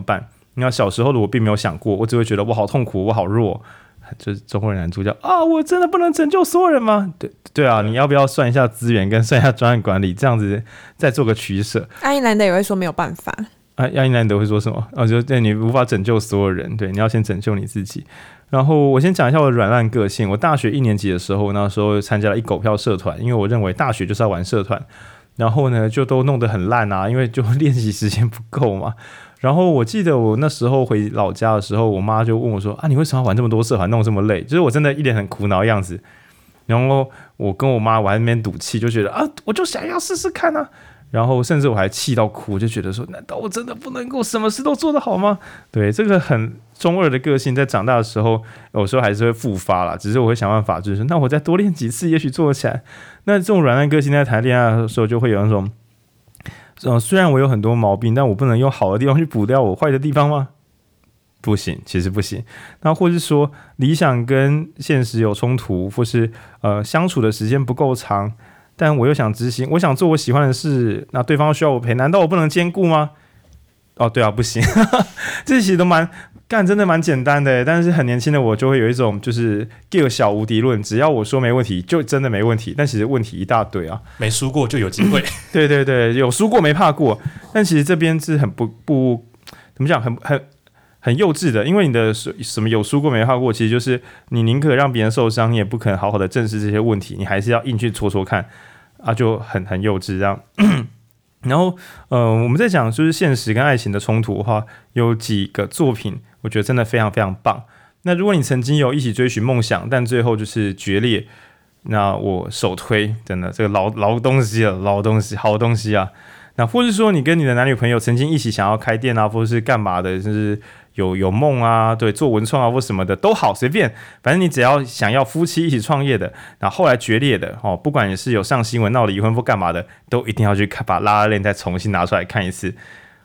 那小时候的我并没有想过，我只会觉得我好痛苦，我好弱。就是中国人男主角啊，我真的不能拯救所有人吗？对啊，你要不要算一下资源跟算一下专案管理，这样子再做个取舍？ 爱因兰德也会说没有办法。 爱因兰德会说什么？就对你无法拯救所有人，对，你要先拯救你自己。然后我先讲一下我的软烂个性。我大学1年级的时候，那时候参加了一狗票社团，因为我认为大学就是要玩社团，然后呢就都弄得很烂啊，因为就练习时间不够嘛。然后我记得我那时候回老家的时候，我妈就问我说：“啊，你为什么要玩这么多社团，弄这么累？”就是我真的一脸很苦恼的样子。然后我跟我妈玩那边赌气，就觉得啊，我就想要试试看啊。然后甚至我还气到哭，就觉得说，难道我真的不能够什么事都做得好吗？对，这个很中二的个性，在长大的时候，有时候还是会复发啦。只是我会想办法，就是那我再多练几次，也许做得起来。那这种软烂个性在谈恋爱的时候，就会有那种。虽然我有很多毛病，但我不能用好的地方去补掉我坏的地方吗？不行，其实不行。那或是说理想跟现实有冲突，或是相处的时间不够长，但我又想执行，我想做我喜欢的事，那对方需要我陪，难道我不能兼顾吗？哦，对啊，不行，这些都真的蛮简单的，但是很年轻的我就会有一种就是 give 小无敌论，只要我说没问题，就真的没问题，但其实问题一大堆啊， 没输过就有机会。 对对对，有输过没怕过，但其实这边是很不怎么讲，很幼稚的，因为你的什么有输过没怕过，其实就是你宁可让别人受伤，你也不可能好好的正视这些问题，你还是要硬去戳看啊，就很幼稚这样。然后我们在讲就是现实跟爱情的冲突的话，有几个作品我觉得真的非常非常棒。那如果你曾经有一起追寻梦想，但最后就是决裂，那我首推真的这个老东西了，老东西，好东西啊。那或是说你跟你的男女朋友曾经一起想要开店啊，或是干嘛的，就是有梦啊，对，做文创啊或什么的都好，随便，反正你只要想要夫妻一起创业的，然后后来决裂的不管你是有上新闻闹离婚或干嘛的，都一定要去把拉拉链再重新拿出来看一次。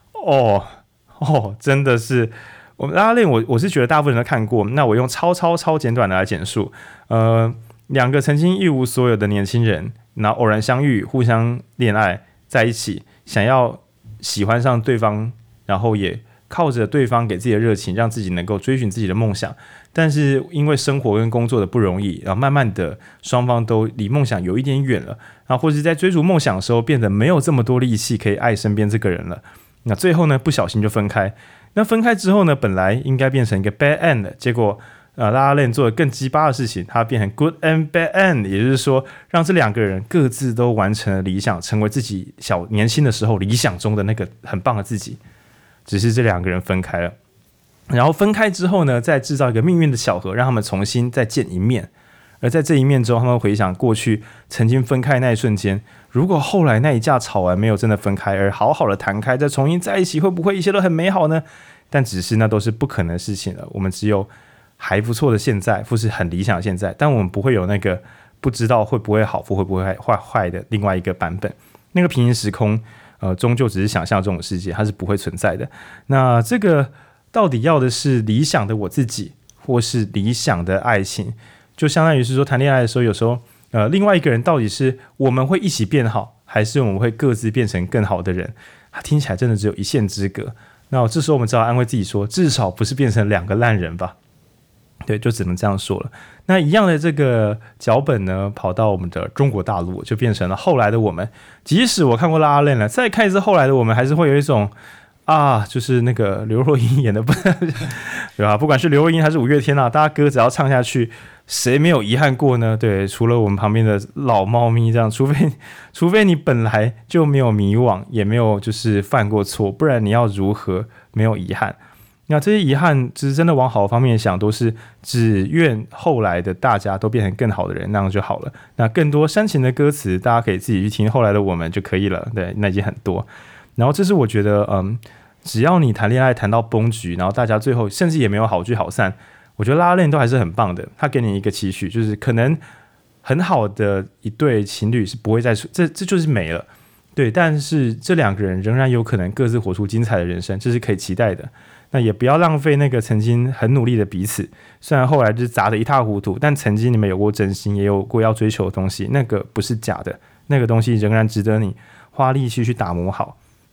真的是我拉拉链，我是觉得大部分人都看过，那我用超简短的来简述。两个曾经一无所有的年轻人，然后偶然相遇，互相恋爱在一起，想要喜欢上对方，然后也靠着对方给自己的热情，让自己能够追寻自己的梦想。但是因为生活跟工作的不容易，然后慢慢的双方都离梦想有一点远了，然后或是在追逐梦想的时候变得没有这么多力气可以爱身边这个人了。那最后呢，不小心就分开。那分开之后呢，本来应该变成一个 bad end， 结果拉拉链做了更鸡巴的事情，它变成 good and bad end， 也就是说让这两个人各自都完成了理想，成为自己年轻的时候理想中的那个很棒的自己。只是这两个人分开了，然后分开之后呢，再制造一个命运的巧合，让他们重新再见一面。而在这一面之后，他们回想过去曾经分开那一瞬间，如果后来那一架吵完没有真的分开，而好好的谈开，再重新在一起，会不会一切都很美好呢？但只是那都是不可能的事情了。我们只有还不错的现在，或是很理想的现在，但我们不会有那个不知道会不会好，或会不会坏的另外一个版本。那个平行时空终究只是想象这种世界，它是不会存在的。那这个到底要的是理想的我自己，或是理想的爱情？就相当于是说谈恋爱的时候，有时候另外一个人到底是我们会一起变好，还是我们会各自变成更好的人？它听起来真的只有一线之隔。那这时候我们只好安慰自己说，至少不是变成两个烂人吧。对，就只能这样说了。那一样的这个脚本呢，跑到我们的中国大陆，就变成了后来的我们。即使我看过拉拉链了，再看一次后来的我们，还是会有一种就是那个刘若英演的，对吧？不管是刘若英还是五月天啊，大家歌只要唱下去，谁没有遗憾过呢？对，除了我们旁边的老猫咪这样，除非你本来就没有迷惘，也没有就是犯过错，不然你要如何没有遗憾？那这些遗憾，只是真的往好的方面想，都是只愿后来的大家都变成更好的人，那样就好了。那更多煽情的歌词，大家可以自己去听后来的我们就可以了。对，那已经很多。然后这是我觉得，只要你谈恋爱谈到崩局，然后大家最后甚至也没有好聚好散，我觉得拉拉链都还是很棒的。他给你一个期许，就是可能很好的一对情侣是不会再这就是没了。对，但是这两个人仍然有可能各自活出精彩的人生，这是可以期待的。那也不要浪费那个曾经很努力的彼此，虽然后来就是砸得一塌糊涂，但曾经你们有过真心，也有过要追求的东西，那个不是假的，那个东西仍然值得你花力气去打磨好。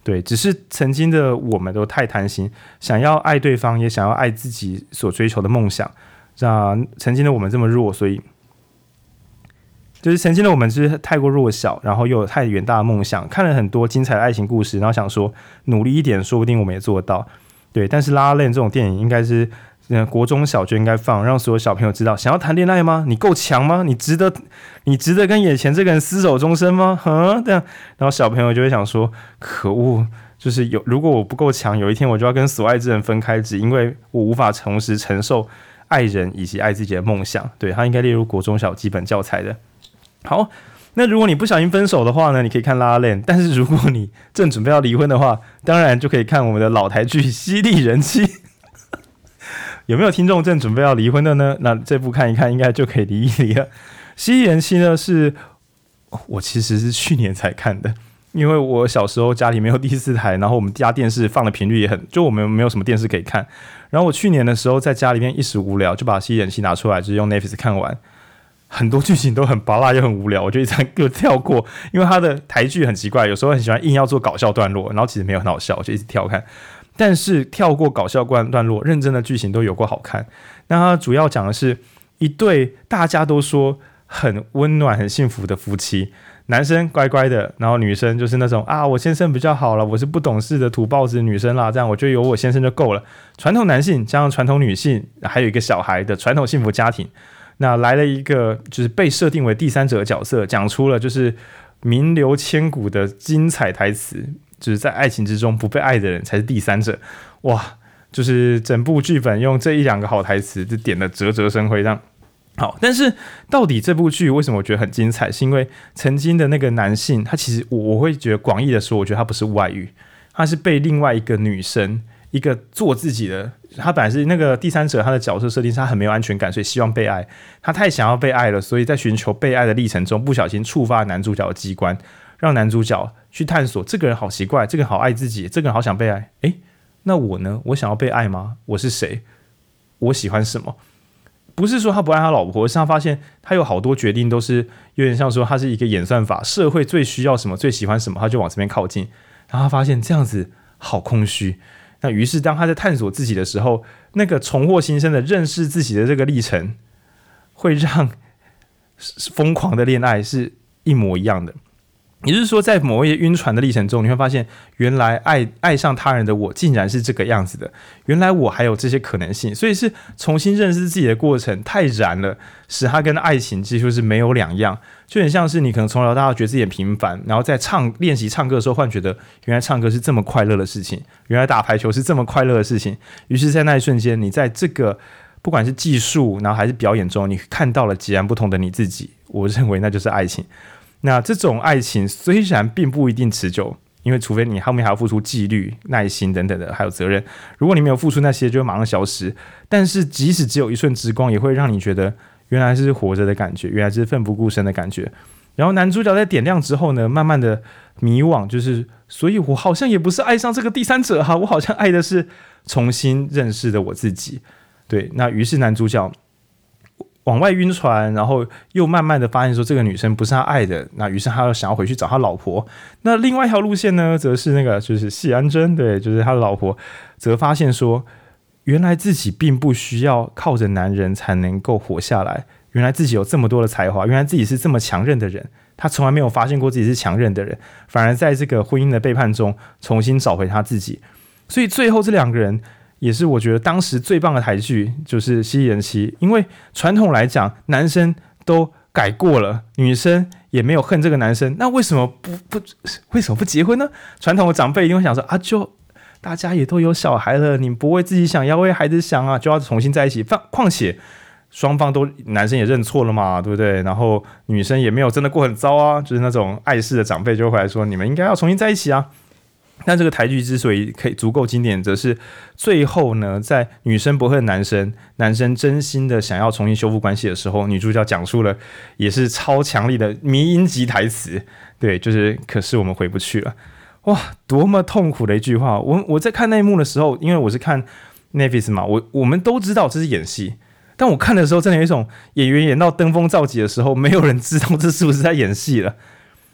对，只是曾经的我们都太贪心，想要爱对方，也想要爱自己所追求的梦想。那曾经的我们这么弱，所以就是曾经的我们是太过弱小，然后又有太远大的梦想，看了很多精彩的爱情故事，然后想说努力一点，说不定我们也做得到。对，但是《La La Land》这种电影应该是国中小就应该放，让所有小朋友知道，想要谈恋爱吗？你够强吗？你值得跟眼前这个人厮守终身吗？这样，然后小朋友就会想说，可恶，就是如果我不够强，有一天我就要跟所爱之人分开，只因为我无法同时承受爱人以及爱自己的梦想。对，他应该列入国中小基本教材的。好，那如果你不小心分手的话呢，你可以看《La La Land》，但是如果你正准备要离婚的话，当然就可以看我们的老台剧《犀利人妻》。有没有听众正准备要离婚的呢？那这部看一看，应该就可以离一离了。《犀利人妻》呢，是我其实是去年才看的，因为我小时候家里没有第4台，然后我们家电视放的频率也很，就我们没有什么电视可以看。然后我去年的时候在家里面一时无聊，就把《犀利人妻》拿出来，就是用 Netflix 看完。很多剧情都很拔辣又很无聊，我就一直给跳过，因为他的台剧很奇怪，有时候很喜欢硬要做搞笑段落，然后其实没有很好笑，我就一直跳看。但是跳过搞笑段落，认真的剧情都有过好看。那它主要讲的是一对大家都说很温暖、很幸福的夫妻，男生乖乖的，然后女生就是那种我先生比较好了，我是不懂事的土包子女生啦，这样我觉得有我先生就够了。传统男性加上传统女性，还有一个小孩的传统幸福家庭。那来了一个就是被设定为第三者的角色，讲出了就是名留千古的精彩台词，就是在爱情之中不被爱的人才是第三者。哇，就是整部剧本用这1-2个好台词就点了啧啧生辉这样。好，但是到底这部剧为什么我觉得很精彩，是因为曾经的那个男性，他其实我会觉得广义的说，我觉得他不是外遇，他是被另外一个女生，一个做自己的，他本来是那个第三者，他的角色设定是他很没有安全感，所以希望被爱，他太想要被爱了，所以在寻求被爱的历程中，不小心触发男主角的机关，让男主角去探索这个人好奇怪，这个人好爱自己，这个人好想被爱。那我呢？我想要被爱吗？我是谁？我喜欢什么？不是说他不爱他老婆，而是他发现他有好多决定都是有点像说他是一个演算法，社会最需要什么，最喜欢什么，他就往这边靠近。然后他发现这样子好空虚。那于是当他在探索自己的时候，那个重获新生的认识自己的这个历程，会让疯狂的恋爱是一模一样的。也就是说，在某一些晕船的历程中，你会发现，原来爱上他人的我竟然是这个样子的，原来我还有这些可能性，所以是重新认识自己的过程太燃了，使它跟爱情几乎是没有两样，就很像是你可能从小到大觉得自己很平凡，然后在练习唱歌的时候，忽然觉得原来唱歌是这么快乐的事情，原来打排球是这么快乐的事情，于是在那一瞬间，你在这个不管是技术，然后还是表演中，你看到了截然不同的你自己，我认为那就是爱情。那这种爱情虽然并不一定持久，因为除非你后面还要付出纪律、耐心等等的，还有责任。如果你没有付出那些，就会马上消失。但是即使只有一瞬之光，也会让你觉得原来是活着的感觉，原来是奋不顾身的感觉。然后男主角在点亮之后呢，慢慢的迷惘，就是所以我好像也不是爱上这个第三者哈，我好像爱的是重新认识的我自己。对，那于是男主角往外晕船，然后又慢慢的发现说这个女生不是他爱的，那于是他又想要回去找他老婆。那另外一条路线呢，则是那个就是谢安贞，对，就是他的老婆，则发现说原来自己并不需要靠着男人才能够活下来，原来自己有这么多的才华，原来自己是这么强韧的人，他从来没有发现过自己是强韧的人，反而在这个婚姻的背叛中重新找回他自己。所以最后这两个人也是我觉得当时最棒的台剧，就是《犀利人妻》，因为传统来讲，男生都改过了，女生也没有恨这个男生，那为什么不结婚呢？传统的长辈一定会想说啊，就大家也都有小孩了，你不为自己想，要为孩子想啊，就要重新在一起。况且双方都男生也认错了嘛，对不对？然后女生也没有真的过很糟啊，就是那种碍事的长辈就会来说，你们应该要重新在一起啊。但这个台剧之所以可以足够经典，则是最后呢，在女生不恨男生，男生真心的想要重新修复关系的时候，女主角讲出了也是超强力的迷因级台词，对，就是可是我们回不去了。哇，多么痛苦的一句话！我在看那一幕的时候，因为我是看 Netflix 嘛，我们都知道这是演戏，但我看的时候，真的有一种演员演到登峰造极的时候，没有人知道这是不是在演戏了。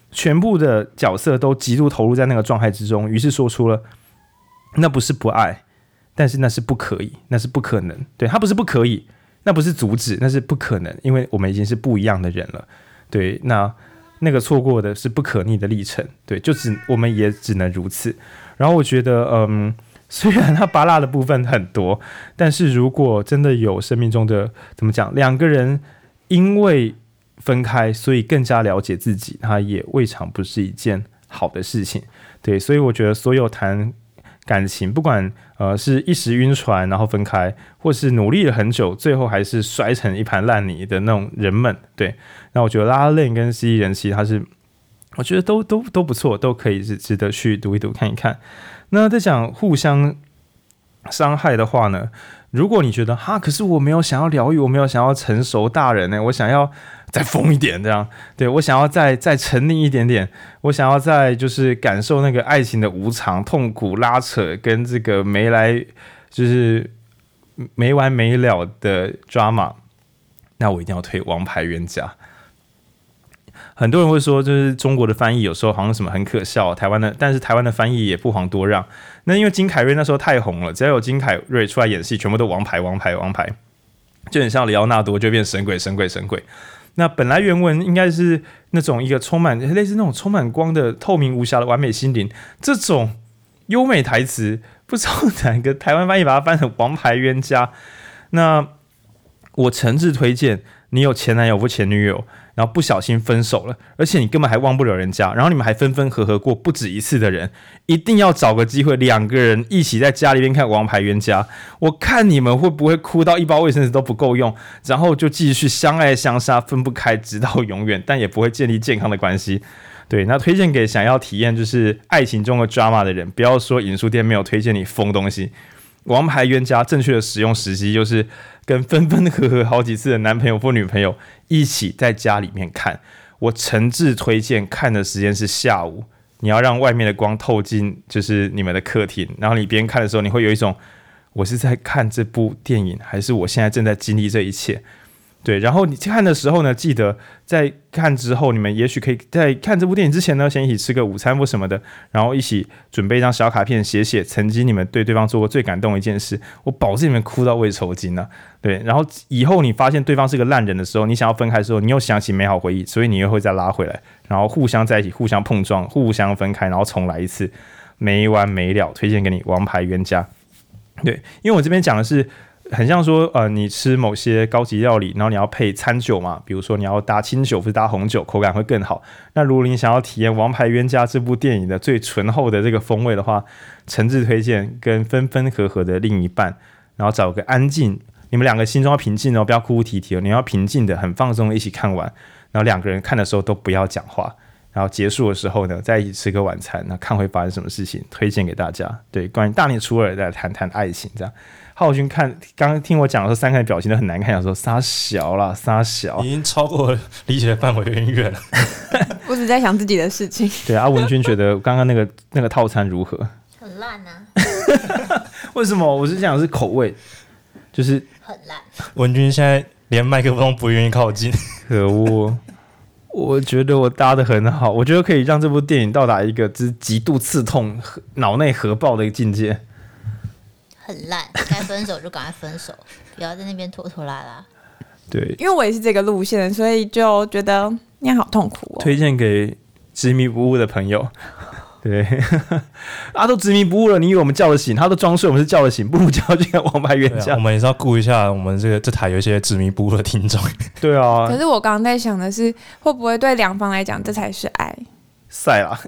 全部的角色都极度投入在那个状态之中，于是说出了那不是不爱，但是那是不可以，那是不可能。对，它不是不可以，那不是阻止，那是不可能，因为我们已经是不一样的人了。对，那个错过的是不可逆的历程。对，我们也只能如此。然后我觉得，虽然它芭乐的部分很多，但是如果真的有生命中的怎么讲，两个人因为分开，所以更加了解自己，它也未尝不是一件好的事情。对，所以我觉得所有谈感情，不管是一时晕船然后分开，或是努力了很久，最后还是摔成一盘烂泥的那种人们，对，那我觉得拉拉链跟蜥蜴人其实它是，我觉得都不错，都可以是值得去读一读看一看。那在讲互相伤害的话呢，如果你觉得可是我没有想要疗愈，我没有想要成熟大人呢，我想要再疯一点，这样，对，我想要再沉溺一点点，我想要再就是感受那个爱情的无常、痛苦、拉扯跟这个就是没完没了的 drama， 那我一定要推《王牌冤家》。很多人会说，就是中国的翻译有时候好像什么很可笑，但是台湾的翻译也不遑多让。那因为金凯瑞那时候太红了，只要有金凯瑞出来演戏，全部都王牌，就很像里奥纳多就变神鬼。那本来原文应该是那种一个类似那种充满光的透明无瑕的完美心灵，这种优美台词，不知道哪个台湾翻译把它翻成王牌冤家。那我诚挚推荐，你有前男友或前女友，然后不小心分手了，而且你根本还忘不了人家，然后你们还分分合合过不止一次的人，一定要找个机会，两个人一起在家里面看《王牌冤家》，我看你们会不会哭到一包卫生纸都不够用，然后就继续相爱相杀，分不开，直到永远，但也不会建立健康的关系。对，那推荐给想要体验就是爱情中的 drama 的人，不要说影书店没有推荐你疯东西。王牌冤家正确的使用时机就是跟分分合合好几次的男朋友或女朋友一起在家里面看。我诚挚推荐看的时间是下午，你要让外面的光透进就是你们的客厅，然后你边看的时候，你会有一种我是在看这部电影，还是我现在正在经历这一切。对，然后你看的时候呢，记得在看之后，你们也许可以在看这部电影之前呢，先一起吃个午餐或什么的，然后一起准备一张小卡片，写曾经你们对对方做过最感动的一件事。我保证你们哭到胃抽筋啊！对，然后以后你发现对方是个烂人的时候，你想要分开的时候，你又想起美好回忆，所以你又会再拉回来，然后互相在一起，互相碰撞，互相分开，然后重来一次，没完没了。推荐给你《王牌冤家》。对，因为我这边讲的是。很像说，你吃某些高级料理，然后你要配餐酒嘛，比如说你要搭清酒，不是搭红酒，口感会更好。那如果你想要体验《王牌冤家》这部电影的最醇厚的这个风味的话，诚挚推荐跟分分合合的另一半，然后找个安静，你们两个心中要平静哦，不要哭哭啼啼哦，你要平静的、很放松的一起看完，然后两个人看的时候都不要讲话。然后结束的时候呢，再一起吃个晚餐，那看会发生什么事情，推荐给大家。对，关于大年初二再谈谈爱情这样。浩君刚刚听我讲的时候，三个人表情都很难看，想说撒小啦，撒小， 已经超过理解的范围有点远了。 我只在想自己的事情。 对啊，文君觉得刚刚那个套餐如何？ 很烂啊！ 为什么？我是讲的是口味，就是很烂。 文君现在连麦克风不愿意靠近， 可恶！我觉得我搭得很好，我觉得可以让这部电影到达一个极度刺痛、脑内核爆的一个境界。 很烂，该分手就赶快分手，不要在那边拖拖拉拉。 对， 因为我也是这个路线，所以就觉得你好痛苦哦。 推荐给执迷不悟的朋友。对，他都执迷不悟了，你以为我们叫得醒？他都装睡，我们是叫得醒，不如叫去看《王牌冤家》 我们也是要顾一下我们这台有一些执迷不悟的听众。 对啊， 可是我刚刚在想的是，会不会对两方来讲，这才是爱？ 赛啦。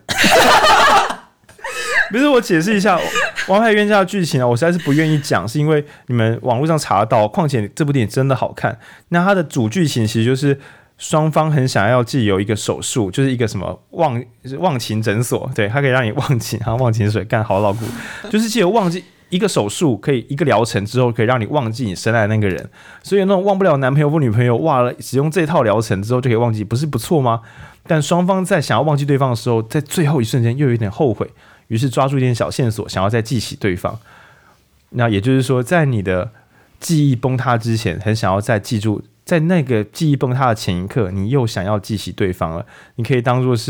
不是，我解释一下《王牌冤家》的剧情啊，我实在是不愿意讲，是因为你们网络上查得到，况且这部电影真的好看。那它的主剧情其实就是双方很想要藉由一个手术，就是一个什么忘情诊所，对，它可以让你忘情，然后忘情水干好老骨，就是藉由忘记一个手术，可以一个疗程之后，可以让你忘记你深爱的那个人。所以那种忘不了男朋友或女朋友，哇，使用这套疗程之后就可以忘记，不是不错吗？但双方在想要忘记对方的时候，在最后一瞬间又有一点后悔。于是抓住一点小线索，想要再记起对方。那也就是说，在你的记忆崩塌之前，很想要再记住，在那个记忆崩塌的前一刻，你又想要记起对方了。你可以当作是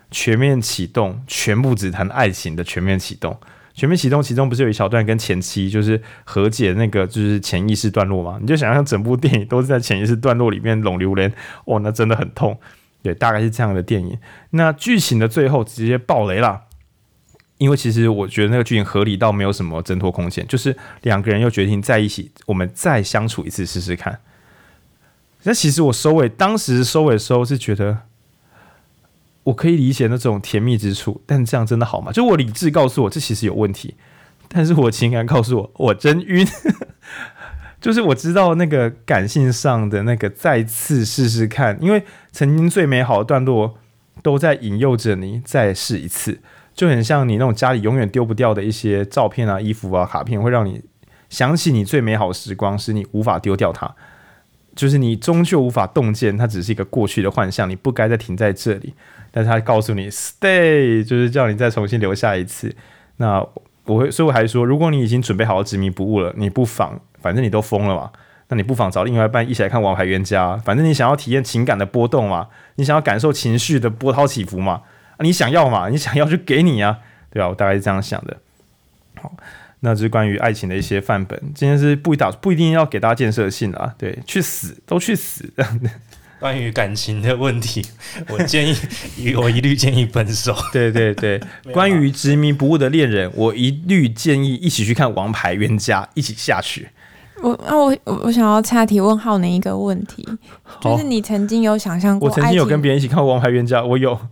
全面启动，全部只谈爱情的全面启动。全面启动其中不是有一小段跟前妻就是和解那个就是潜意识段落吗？你就想象整部电影都是在潜意识段落里面拢榴莲，哦，那真的很痛。对，大概是这样的电影。那剧情的最后直接爆雷啦，因为其实我觉得那个剧情合理到没有什么挣脱空间，就是两个人又决定在一起，我们再相处一次试试看。那其实我当时收尾的时候是觉得，我可以理解那种甜蜜之处，但这样真的好吗？就我理智告诉我这其实有问题，但是我情感告诉我我真晕。就是我知道那个感性上的那个再次试试看，因为曾经最美好的段落都在引诱着你再试一次，就很像你那种家里永远丢不掉的一些照片啊、衣服啊、卡片，会让你想起你最美好的时光，使你无法丢掉它。就是你终究无法洞见，它只是一个过去的幻象，你不该再停在这里。但是他告诉你 stay， 就是叫你再重新留下一次。那所以我还说，如果你已经准备好执迷不悟了，你不妨，反正你都疯了嘛，那你不妨找另外一半一起来看《王牌冤家》。反正你想要体验情感的波动嘛，你想要感受情绪的波涛起伏嘛，你想要嘛，你想要就给你啊，对吧？我大概是这样想的。好。那就是关于爱情的一些范本，今天是不一定要给大家建设性啊，对，去死都去死。 关于感情的问题，我一律建议分手。 对对对，关于执迷不悟的恋人，我一律建议一起去看《王牌冤家》，一起下去。 我想要岔题问浩宁一个问题，就是你曾经有想象过？ 我曾经有跟别人一起看过《王牌冤家》，我有。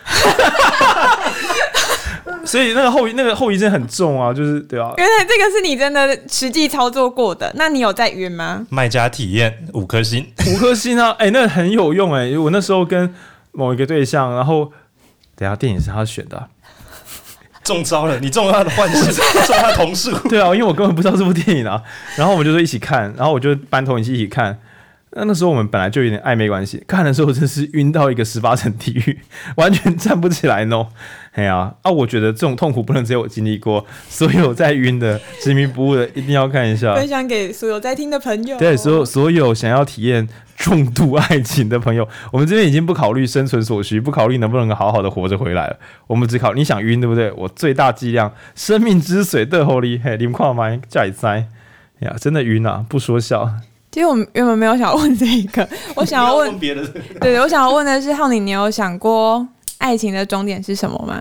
所以那个后遗症很重啊，就是对啊。 原来这个是你真的实际操作过的，那你有在晕吗？ 卖家体验5颗星 ，5颗星啊！那很有用我那时候跟某一个对象，然后等一下电影是他选的中招了，你中了他的幻想，中了他的同数。 对啊，因为我根本不知道这部电影啊，然后我们就说一起看，然后我就搬投影机一起看。那时候我们本来就有点暧昧关系，看的时候真是晕到一个18层地狱，完全站不起来呢。哎呀我觉得这种痛苦不能只有我经历过，所有在晕的、执迷不悟的一定要看一下， 分享给所有在听的朋友。 对，所有想要体验重度爱情的朋友，我们这边已经不考虑生存所需，不考虑能不能好好的活着回来了，我们只考虑你想晕对不对？我最大剂量生命之水的后里，你们看吗？加一塞呀，真的晕啊，不说笑。 其实我原本没有想要问这个，我想要问别的。 对，我想要问的是，浩宁，你有想过爱情的终点是什么吗？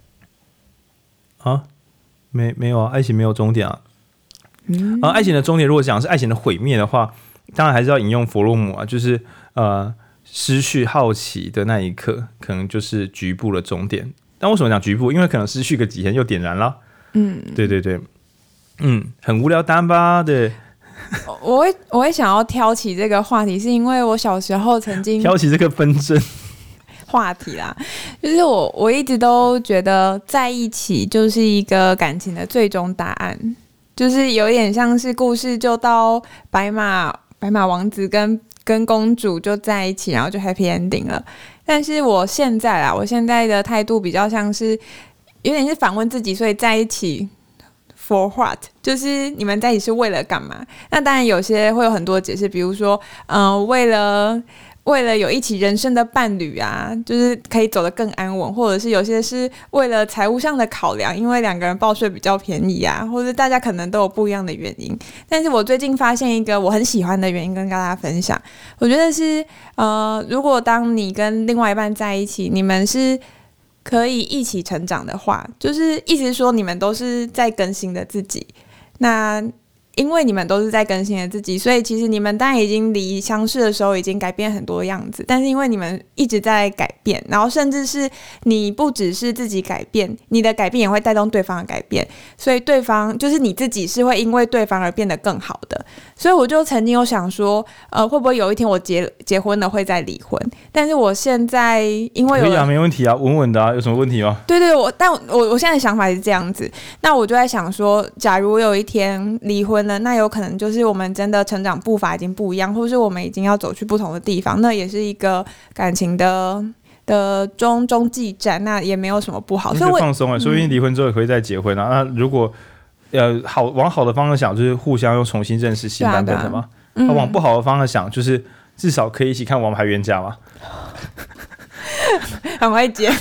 啊，没有啊，爱情没有终点啊。爱情的终点，如果讲是爱情的毁灭的话，当然还是要引用弗洛姆啊，就是失去好奇的那一刻，可能就是局部的终点。但为什么讲局部？因为可能失去个几天又点燃了。对对对，很无聊单吧？对。 我会想要挑起这个话题，是因为我小时候曾经挑起这个纷争话题啦，就是我一直都觉得在一起就是一个感情的最终答案，就是有点像是故事就到白马王子跟公主就在一起，然后就 happy ending 了。但是我现在的态度比较像是有点是反问自己，所以在一起For what？ 就是你们在一起是为了干嘛？那当然有些会有很多解释，比如说，为了有一起人生的伴侣啊，就是可以走得更安稳，或者是有些是为了财务上的考量，因为2个人报税比较便宜啊，或者大家可能都有不一样的原因。但是我最近发现一个我很喜欢的原因跟大家分享，我觉得是如果当你跟另外一半在一起，你们是可以一起成长的话，就是意思是说你们都是在更新的自己。那因为你们都是在更新的自己，所以其实你们当然已经离相识的时候已经改变很多样子，但是因为你们一直在改变，然后甚至是你不只是自己改变，你的改变也会带动对方的改变，所以对方就是你自己是会因为对方而变得更好的。所以我就曾经有想说会不会有一天我结婚了会再离婚，但是我现在因为可以啊，没问题啊，稳稳的啊，有什么问题吗？ 对，但我现在的想法是这样子，那我就在想说，假如有一天离婚了，那有可能就是我们真的成长步伐已经不一样，或是我们已经要走去不同的地方，那也是一个感情的中继站，那也没有什么不好。所以我放松说不定离婚之后也可以再结婚啊。那如果往好的方向想，就是互相又重新认识新版本的嘛。往不好的方向想，就是至少可以一起看《王牌冤家》嘛。 很会接。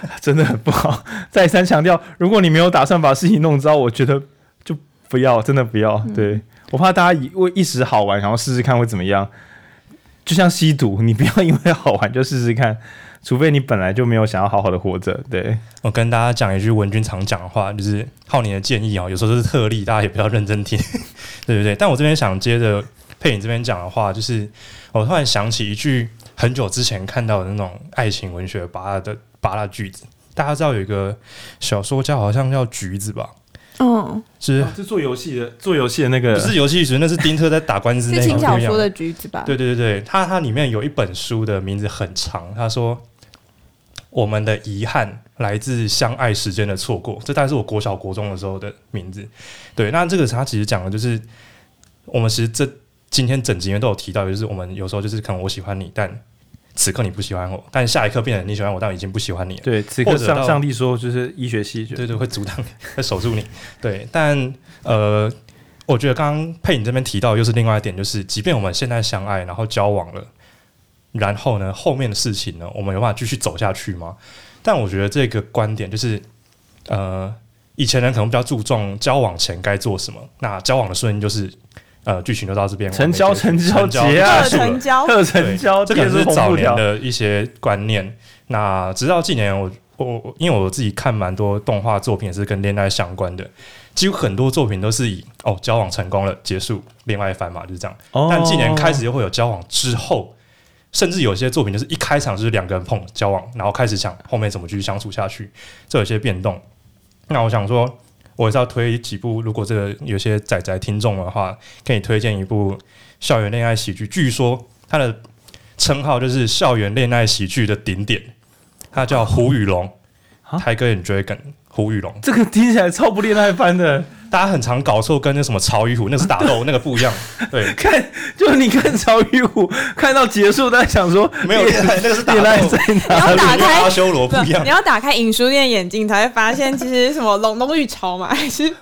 真的很不好。再三强调，如果你没有打算把事情弄糟，我觉得就不要，真的不要。对，我怕大家为一时好玩，然后试试看会怎么样。就像吸毒，你不要因为好玩就试试看，除非你本来就没有想要好好的活着。对， 我跟大家讲一句文君常讲的话，就是浩宁的建议有时候都是特例，大家也不要认真听，对不对？但我这边想接着佩颖这边讲的话，就是我突然想起一句很久之前看到的那种爱情文学拔拉句子。大家知道有一个小说家好像叫橘子吧？是做游戏的那个， 不是游戏橘，那是丁特在打官司那个， 是轻小说的橘子吧？ 对，它里面有一本书的名字很长，他说我们的遗憾来自相爱时间的错过，这大概是我国小国中的时候的名字。对，那这个他其实讲的就是我们其实今天整集里面都有提到，就是我们有时候就是可能我喜欢你，但此刻你不喜欢我，但下一刻变成你喜欢我，但已经不喜欢你了。 对，此刻上帝说就是医学系， 对，会阻挡你，会守住你。对，但我觉得刚刚佩颖这边提到又是另外一点，就是即便我们现在相爱，然后交往了，然后呢后面的事情呢，我们有办法继续走下去吗？但我觉得这个观点就是以前人可能比较注重交往前该做什么，那交往的瞬间就是剧情就到这边， 成交结案，特成交， 这可能是早年的一些观念。那直到近年因为我自己看蛮多动画作品也是跟恋爱相关的，几乎很多作品都是以交往成功了结束，恋爱番嘛，就是这样。但近年开始又会有交往之后，甚至有些作品就是一开场就是两个人交往，然后开始想后面怎么继续相处下去，这有些变动。那我想说，我也是要推几部，如果这个有些仔仔听众的话，可以推荐一部校园恋爱喜剧。据说它的称号就是校园恋爱喜剧的顶点，它叫《虎与龙》（Tiger and Dragon）。虎与龙， 这个听起来超不恋爱番的。 大家很常搞错，跟那什么曹与虎，那是打斗，那个不一样。对， 就你看曹与虎，看到结束，大家想说没有恋爱，那个是打斗。 恋爱在哪里？ 你要打开阿修罗不一样。 你要打开影书店眼镜，才会发现其实什么龙与巢嘛，还是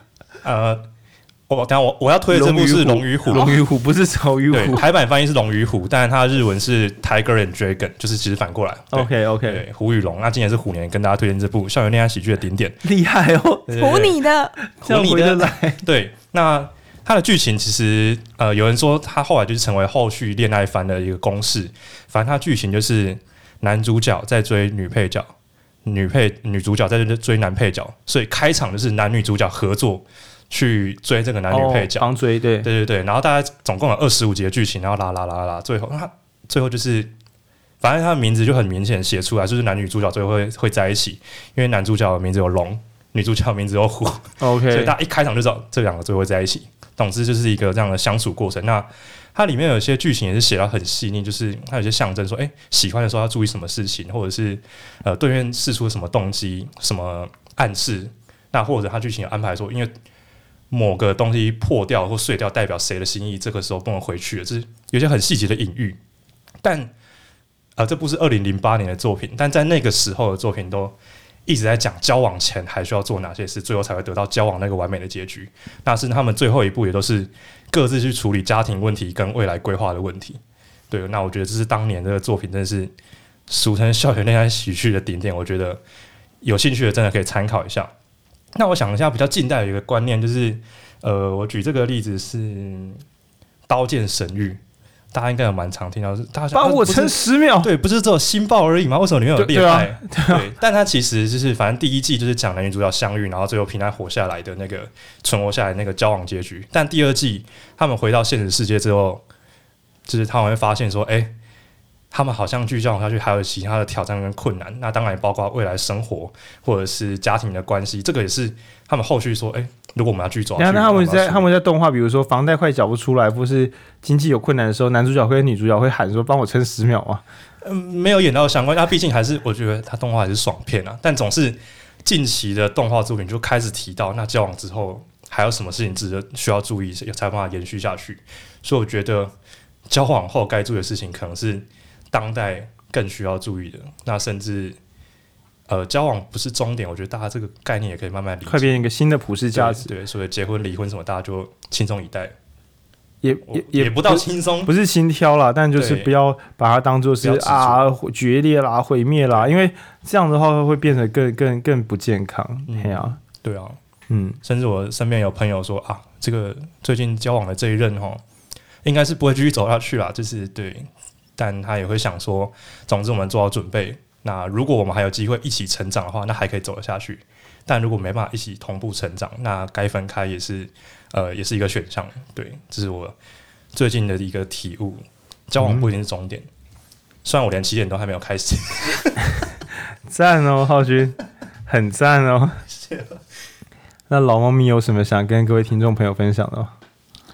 我要推的这部是《龙与虎》， 龙与虎不是曹与虎。 对，台版翻译是龙与虎，但它的日文是 Tiger and Dragon， 就是其实反过来。 OK， 对，虎与龙。那今年是虎年，跟大家推荐这部校园恋爱喜剧的顶点， 厉害哦！ 唬你的， 唬你的来。 对，那它的剧情其实有人说它后来就是成为后续恋爱番的一个公式。反正它剧情就是男主角在追女配角，女主角在追男配角，所以开场就是男女主角合作去追这个男女配角， 帮追，对， 然后大概总共有25集的剧情，然后拉，最后就是，反正他的名字就很明显写出来，就是男女主角最后会在一起，因为男主角的名字有龙，女主角的名字有虎 ，OK， 所以大家一开场就知道这两个最后会在一起。总之就是一个这样的相处过程。那它里面有些剧情也是写到很细腻，就是它有些象征说，喜欢的时候要注意什么事情，或者是对面释出什么动机、什么暗示，那或者它剧情有安排说，因为某个东西破掉或碎掉，代表谁的心意，这个时候不能回去了，这是有些很细节的隐喻。但这部是2008年的作品，但在那个时候的作品都一直在讲交往前还需要做哪些事，最后才会得到交往那个完美的结局。那是他们最后一步也都是各自去处理家庭问题跟未来规划的问题。对，那我觉得这是当年这个作品真的是俗称校园恋爱喜剧的顶点，我觉得有兴趣的真的可以参考一下。那我想一下，比较近代有一个观念，就是我举这个例子是《刀剑神域》，大家应该有蛮常听到，是大家帮我撑10秒， 对，不是只有新爆而已吗？为什么里面有恋爱？对，但它其实就是反正第一季就是讲男女主角相遇，然后最后平安活下来的那个存活下来那个交往结局。但第二季他们回到现实世界之后，就是他们会发现说，他们好像继续交往下去还有其他的挑战跟困难，那当然也包括未来生活或者是家庭的关系，这个也是他们后续说，如果我们要继续走下去， 那他们在动画，比如说房贷快缴不出来，或是经济有困难的时候，男主角跟女主角会喊说：“帮我撑10秒啊！” 没有演到相关，他毕竟还是我觉得他动画还是爽片啊，但总是近期的动画作品就开始提到，那交往之后还有什么事情值得需要注意，才有办法延续下去。所以我觉得交往后该注意的事情，可能是当代更需要注意的。那甚至交往不是终点，我觉得大家这个概念也可以慢慢理解， 快变一个新的普世价值。 对，所以结婚、离婚什么，大家就轻松以待。 也不到轻松， 不是轻佻啦，但就是不要把它当做是决裂啦、毁灭啦，因为这样的话会变得更不健康。 对啊，甚至我身边有朋友说啊，这个最近交往的这一任应该是不会继续走下去啦，就是对，但他也会想说，总之我们做好准备。那如果我们还有机会一起成长的话，那还可以走得下去。但如果没办法一起同步成长，那该分开也是一个选项。对，这是我最近的一个体悟。交往不一定是终点，虽然我连起点都还没有开始。 赞哦，浩君，很赞哦。 谢了。 那老猫咪有什么想跟各位听众朋友分享的吗？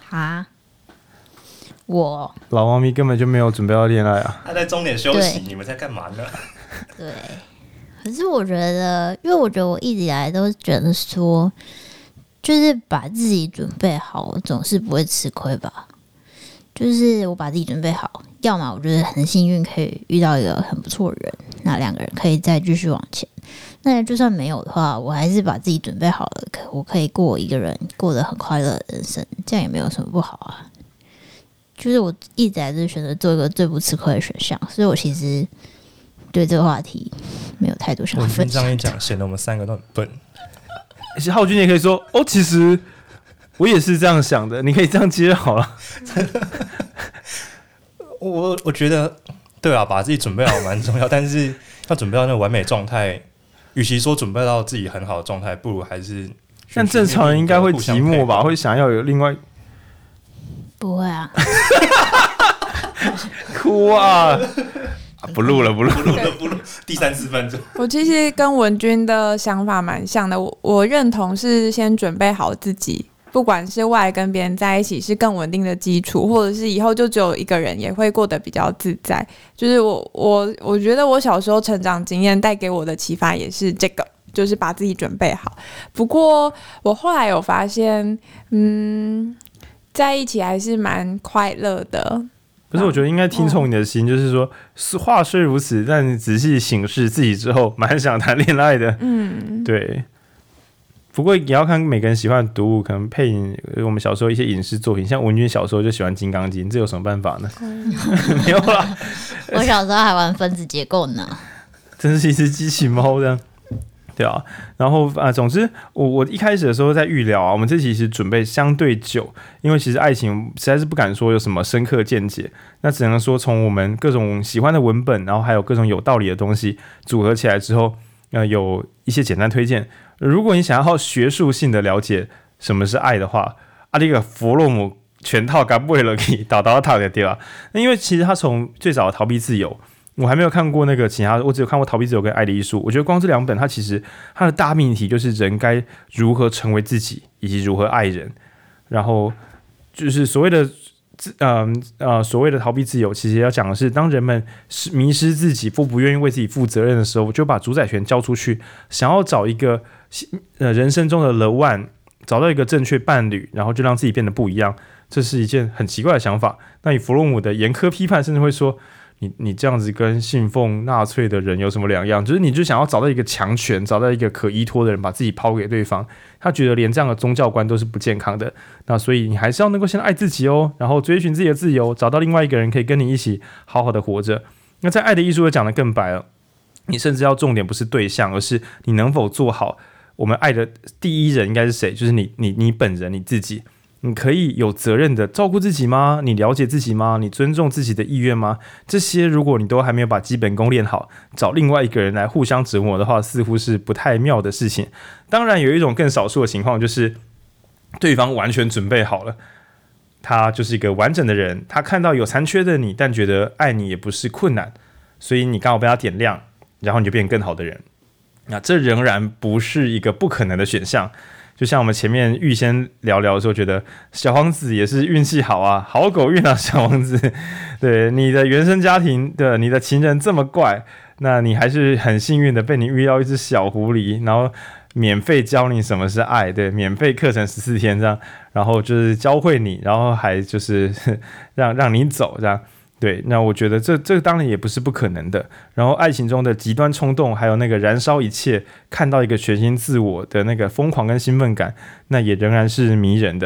我老猫咪根本就没有准备要恋爱啊！ 他在终点休息，你们在干嘛呢？ 对，可是我觉得，因为我觉得我一直以来都觉得说，就是把自己准备好，总是不会吃亏吧。就是我把自己准备好，要么我觉得很幸运可以遇到一个很不错的人，那两个人可以再继续往前。那就算没有的话，我还是把自己准备好了，我可以过一个人过得很快乐的人生，这样也没有什么不好啊。就是我一直还是选择做一个最不吃亏的选项，所以我其实对这个话题没有太多想分享。 这样一讲，显得我们三个都很笨。 浩君也可以说哦，其实我也是这样想的，你可以这样接好了。 我觉得对啊，把自己准备好蛮重要，但是要准备到那个完美状态，与其说准备到自己很好的状态，不如还是。 但正常人应该会寂寞吧，会想要有另外。 不会啊， 哭啊！不录了， 第3、4分钟。 我其实跟文君的想法蛮像的，我认同是先准备好自己，不管是未来跟别人在一起是更稳定的基础，或者是以后就只有一个人也会过得比较自在。就是我觉得我小时候成长经验带给我的启发也是这个，就是把自己准备好。不过我后来有发现，在一起还是蛮快乐的。 不是，我觉得应该听从你的心，就是说话虽如此，但你仔细审视自己之后，蛮想谈恋爱的。对。不过也要看每个人喜欢的读物，可能配影我们小时候一些影视作品，像文君小时候就喜欢《金刚经》，这有什么办法呢？没有啦， 我小时候还玩分子结构呢， 真是一只机器猫的。对啊，然后总之我一开始的时候在预料啊，我们这期其实准备相对久，因为其实爱情实在是不敢说有什么深刻见解，那只能说从我们各种喜欢的文本，然后还有各种有道理的东西组合起来之后，有一些简单推荐。如果你想要学术性的了解什么是爱的话，这个弗洛姆全套该不会了可以导到他的对吧？那因为其实他从最早的逃避自由。我还没有看过那个其他的，我只有看过《逃避自由》跟《爱的艺术》。我觉得光这2本，它其实它的大命题就是人该如何成为自己，以及如何爱人。然后就是所谓的逃避自由，其实要讲的是，当人们迷失自己，不愿意为自己负责任的时候，就把主宰权交出去，想要找一个人生中的 the one， 找到一个正确伴侣，然后就让自己变得不一样。这是一件很奇怪的想法。那以弗洛姆的严苛批判，甚至会说。你这样子跟信奉纳粹的人有什么两样？就是你就想要找到一个强权，找到一个可依托的人，把自己抛给对方。他觉得连这样的宗教观都是不健康的。那所以你还是要能够先爱自己哦，然后追寻自己的自由，找到另外一个人可以跟你一起好好的活着。那在爱的艺术就讲得更白了，你甚至要重点不是对象，而是你能否做好我们爱的第一人应该是谁？就是你本人你自己。你可以有责任的照顾自己吗？你了解自己吗？你尊重自己的意愿吗？这些如果你都还没有把基本功练好，找另外一个人来互相折磨的话，似乎是不太妙的事情。当然有一种更少数的情况，就是对方完全准备好了，他就是一个完整的人，他看到有残缺的你，但觉得爱你也不是困难，所以你刚好被他点亮，然后你就变更好的人。那这仍然不是一个不可能的选项。就像我们前面预先聊的时候，觉得小王子也是运气好啊，好狗运啊，小王子。对，你的原生家庭的你的情人这么怪，那你还是很幸运的被你遇到一只小狐狸，然后免费教你什么是爱，对，免费课程14天这样，然后就是教会你，然后还就是让你走这样。对，那我觉得这当然也不是不可能的。然后爱情中的极端冲动，还有那个燃烧一切，看到一个全新自我的那个疯狂跟兴奋感，那也仍然是迷人的。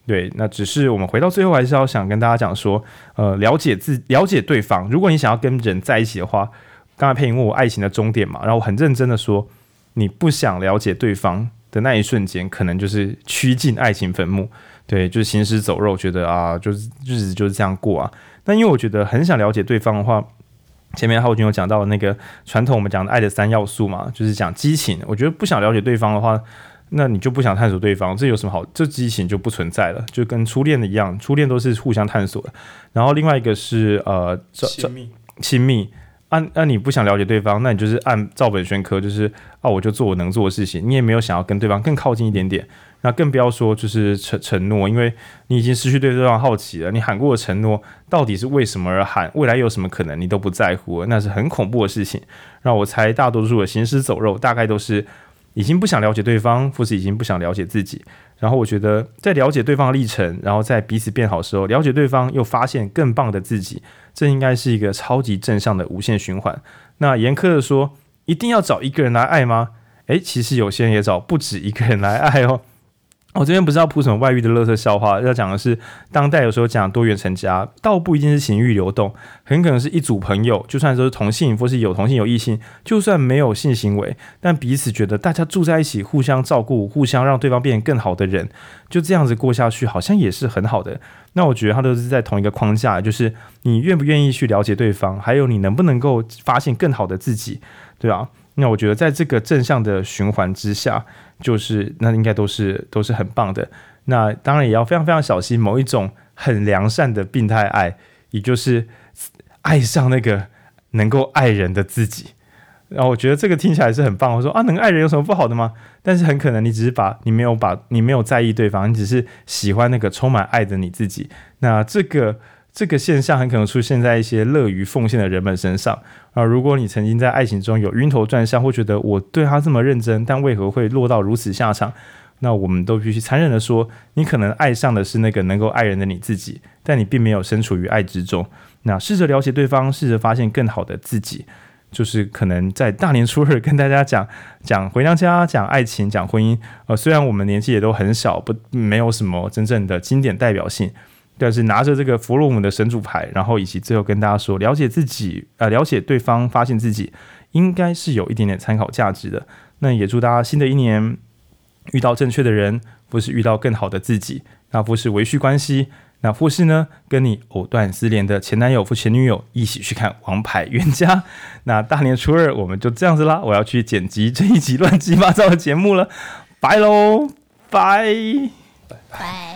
对，那只是我们回到最后还是要想跟大家讲说，了解对方。如果你想要跟人在一起的话，刚才佩莹问我爱情的终点嘛，然后我很认真的说，你不想了解对方的那一瞬间，可能就是趋近爱情坟墓。对，就是行尸走肉，觉得啊，就是日子就是这样过啊。那因为我觉得很想了解对方的话，前面浩君有讲到那个传统我们讲的爱的3要素嘛，就是讲激情。我觉得不想了解对方的话，那你就不想探索对方，这有什么好？这激情就不存在了，就跟初恋的一样，初恋都是互相探索的。然后另外一个是亲密。你不想了解对方，那你就是按照本宣科，就是我就做我能做的事情，你也没有想要跟对方更靠近一点点。那更不要说就是承诺，因为你已经失去对对方好奇了。你喊过的承诺到底是为什么而喊？未来有什么可能你都不在乎了，那是很恐怖的事情。让我猜，大多数的行尸走肉大概都是已经不想了解对方，或是已经不想了解自己。然后我觉得在了解对方的历程，然后在彼此变好的时候，了解对方又发现更棒的自己，这应该是一个超级正向的无限循环。那严苛的说，一定要找一个人来爱吗？其实有些人也找不止一个人来爱哦。我这边不是要铺什么外遇的垃圾笑话，要讲的是当代有时候讲多元成家，倒不一定是情欲流动，很可能是一组朋友，就算都是同性或是有同性有异性，就算没有性行为，但彼此觉得大家住在一起，互相照顾，互相让对方变得更好的人，就这样子过下去，好像也是很好的。那我觉得它都是在同一个框架，就是你愿不愿意去了解对方，还有你能不能够发现更好的自己，对吧？那我觉得在这个正向的循环之下，就是那应该都是很棒的。那当然也要非常非常小心某一种很良善的病态爱，也就是爱上那个能够爱人的自己。然后我觉得这个听起来是很棒。我说能爱人有什么不好的吗？但是很可能你只是你没有在意对方，你只是喜欢那个充满爱的你自己。那这个现象很可能出现在一些乐于奉献的人们身上如果你曾经在爱情中有晕头转向，或觉得我对他这么认真，但为何会落到如此下场，那我们都必须残忍的说，你可能爱上的是那个能够爱人的你自己，但你并没有身处于爱之中。那试着了解对方，试着发现更好的自己，就是可能在大年初二跟大家讲回娘家，讲爱情，讲婚姻。虽然我们年纪也都很小，没有什么真正的经典代表性，但是拿着这个弗洛姆的神主牌，然后以及最后跟大家说，了解自己，了解对方，发现自己，应该是有一点点参考价值的。那也祝大家新的一年遇到正确的人，或是遇到更好的自己，那或是维续关系，那或是呢跟你藕断丝连的前男友或前女友一起去看《王牌冤家》。那大年初二我们就这样子啦，我要去剪辑这一集乱七八糟的节目了，拜喽，拜。 拜。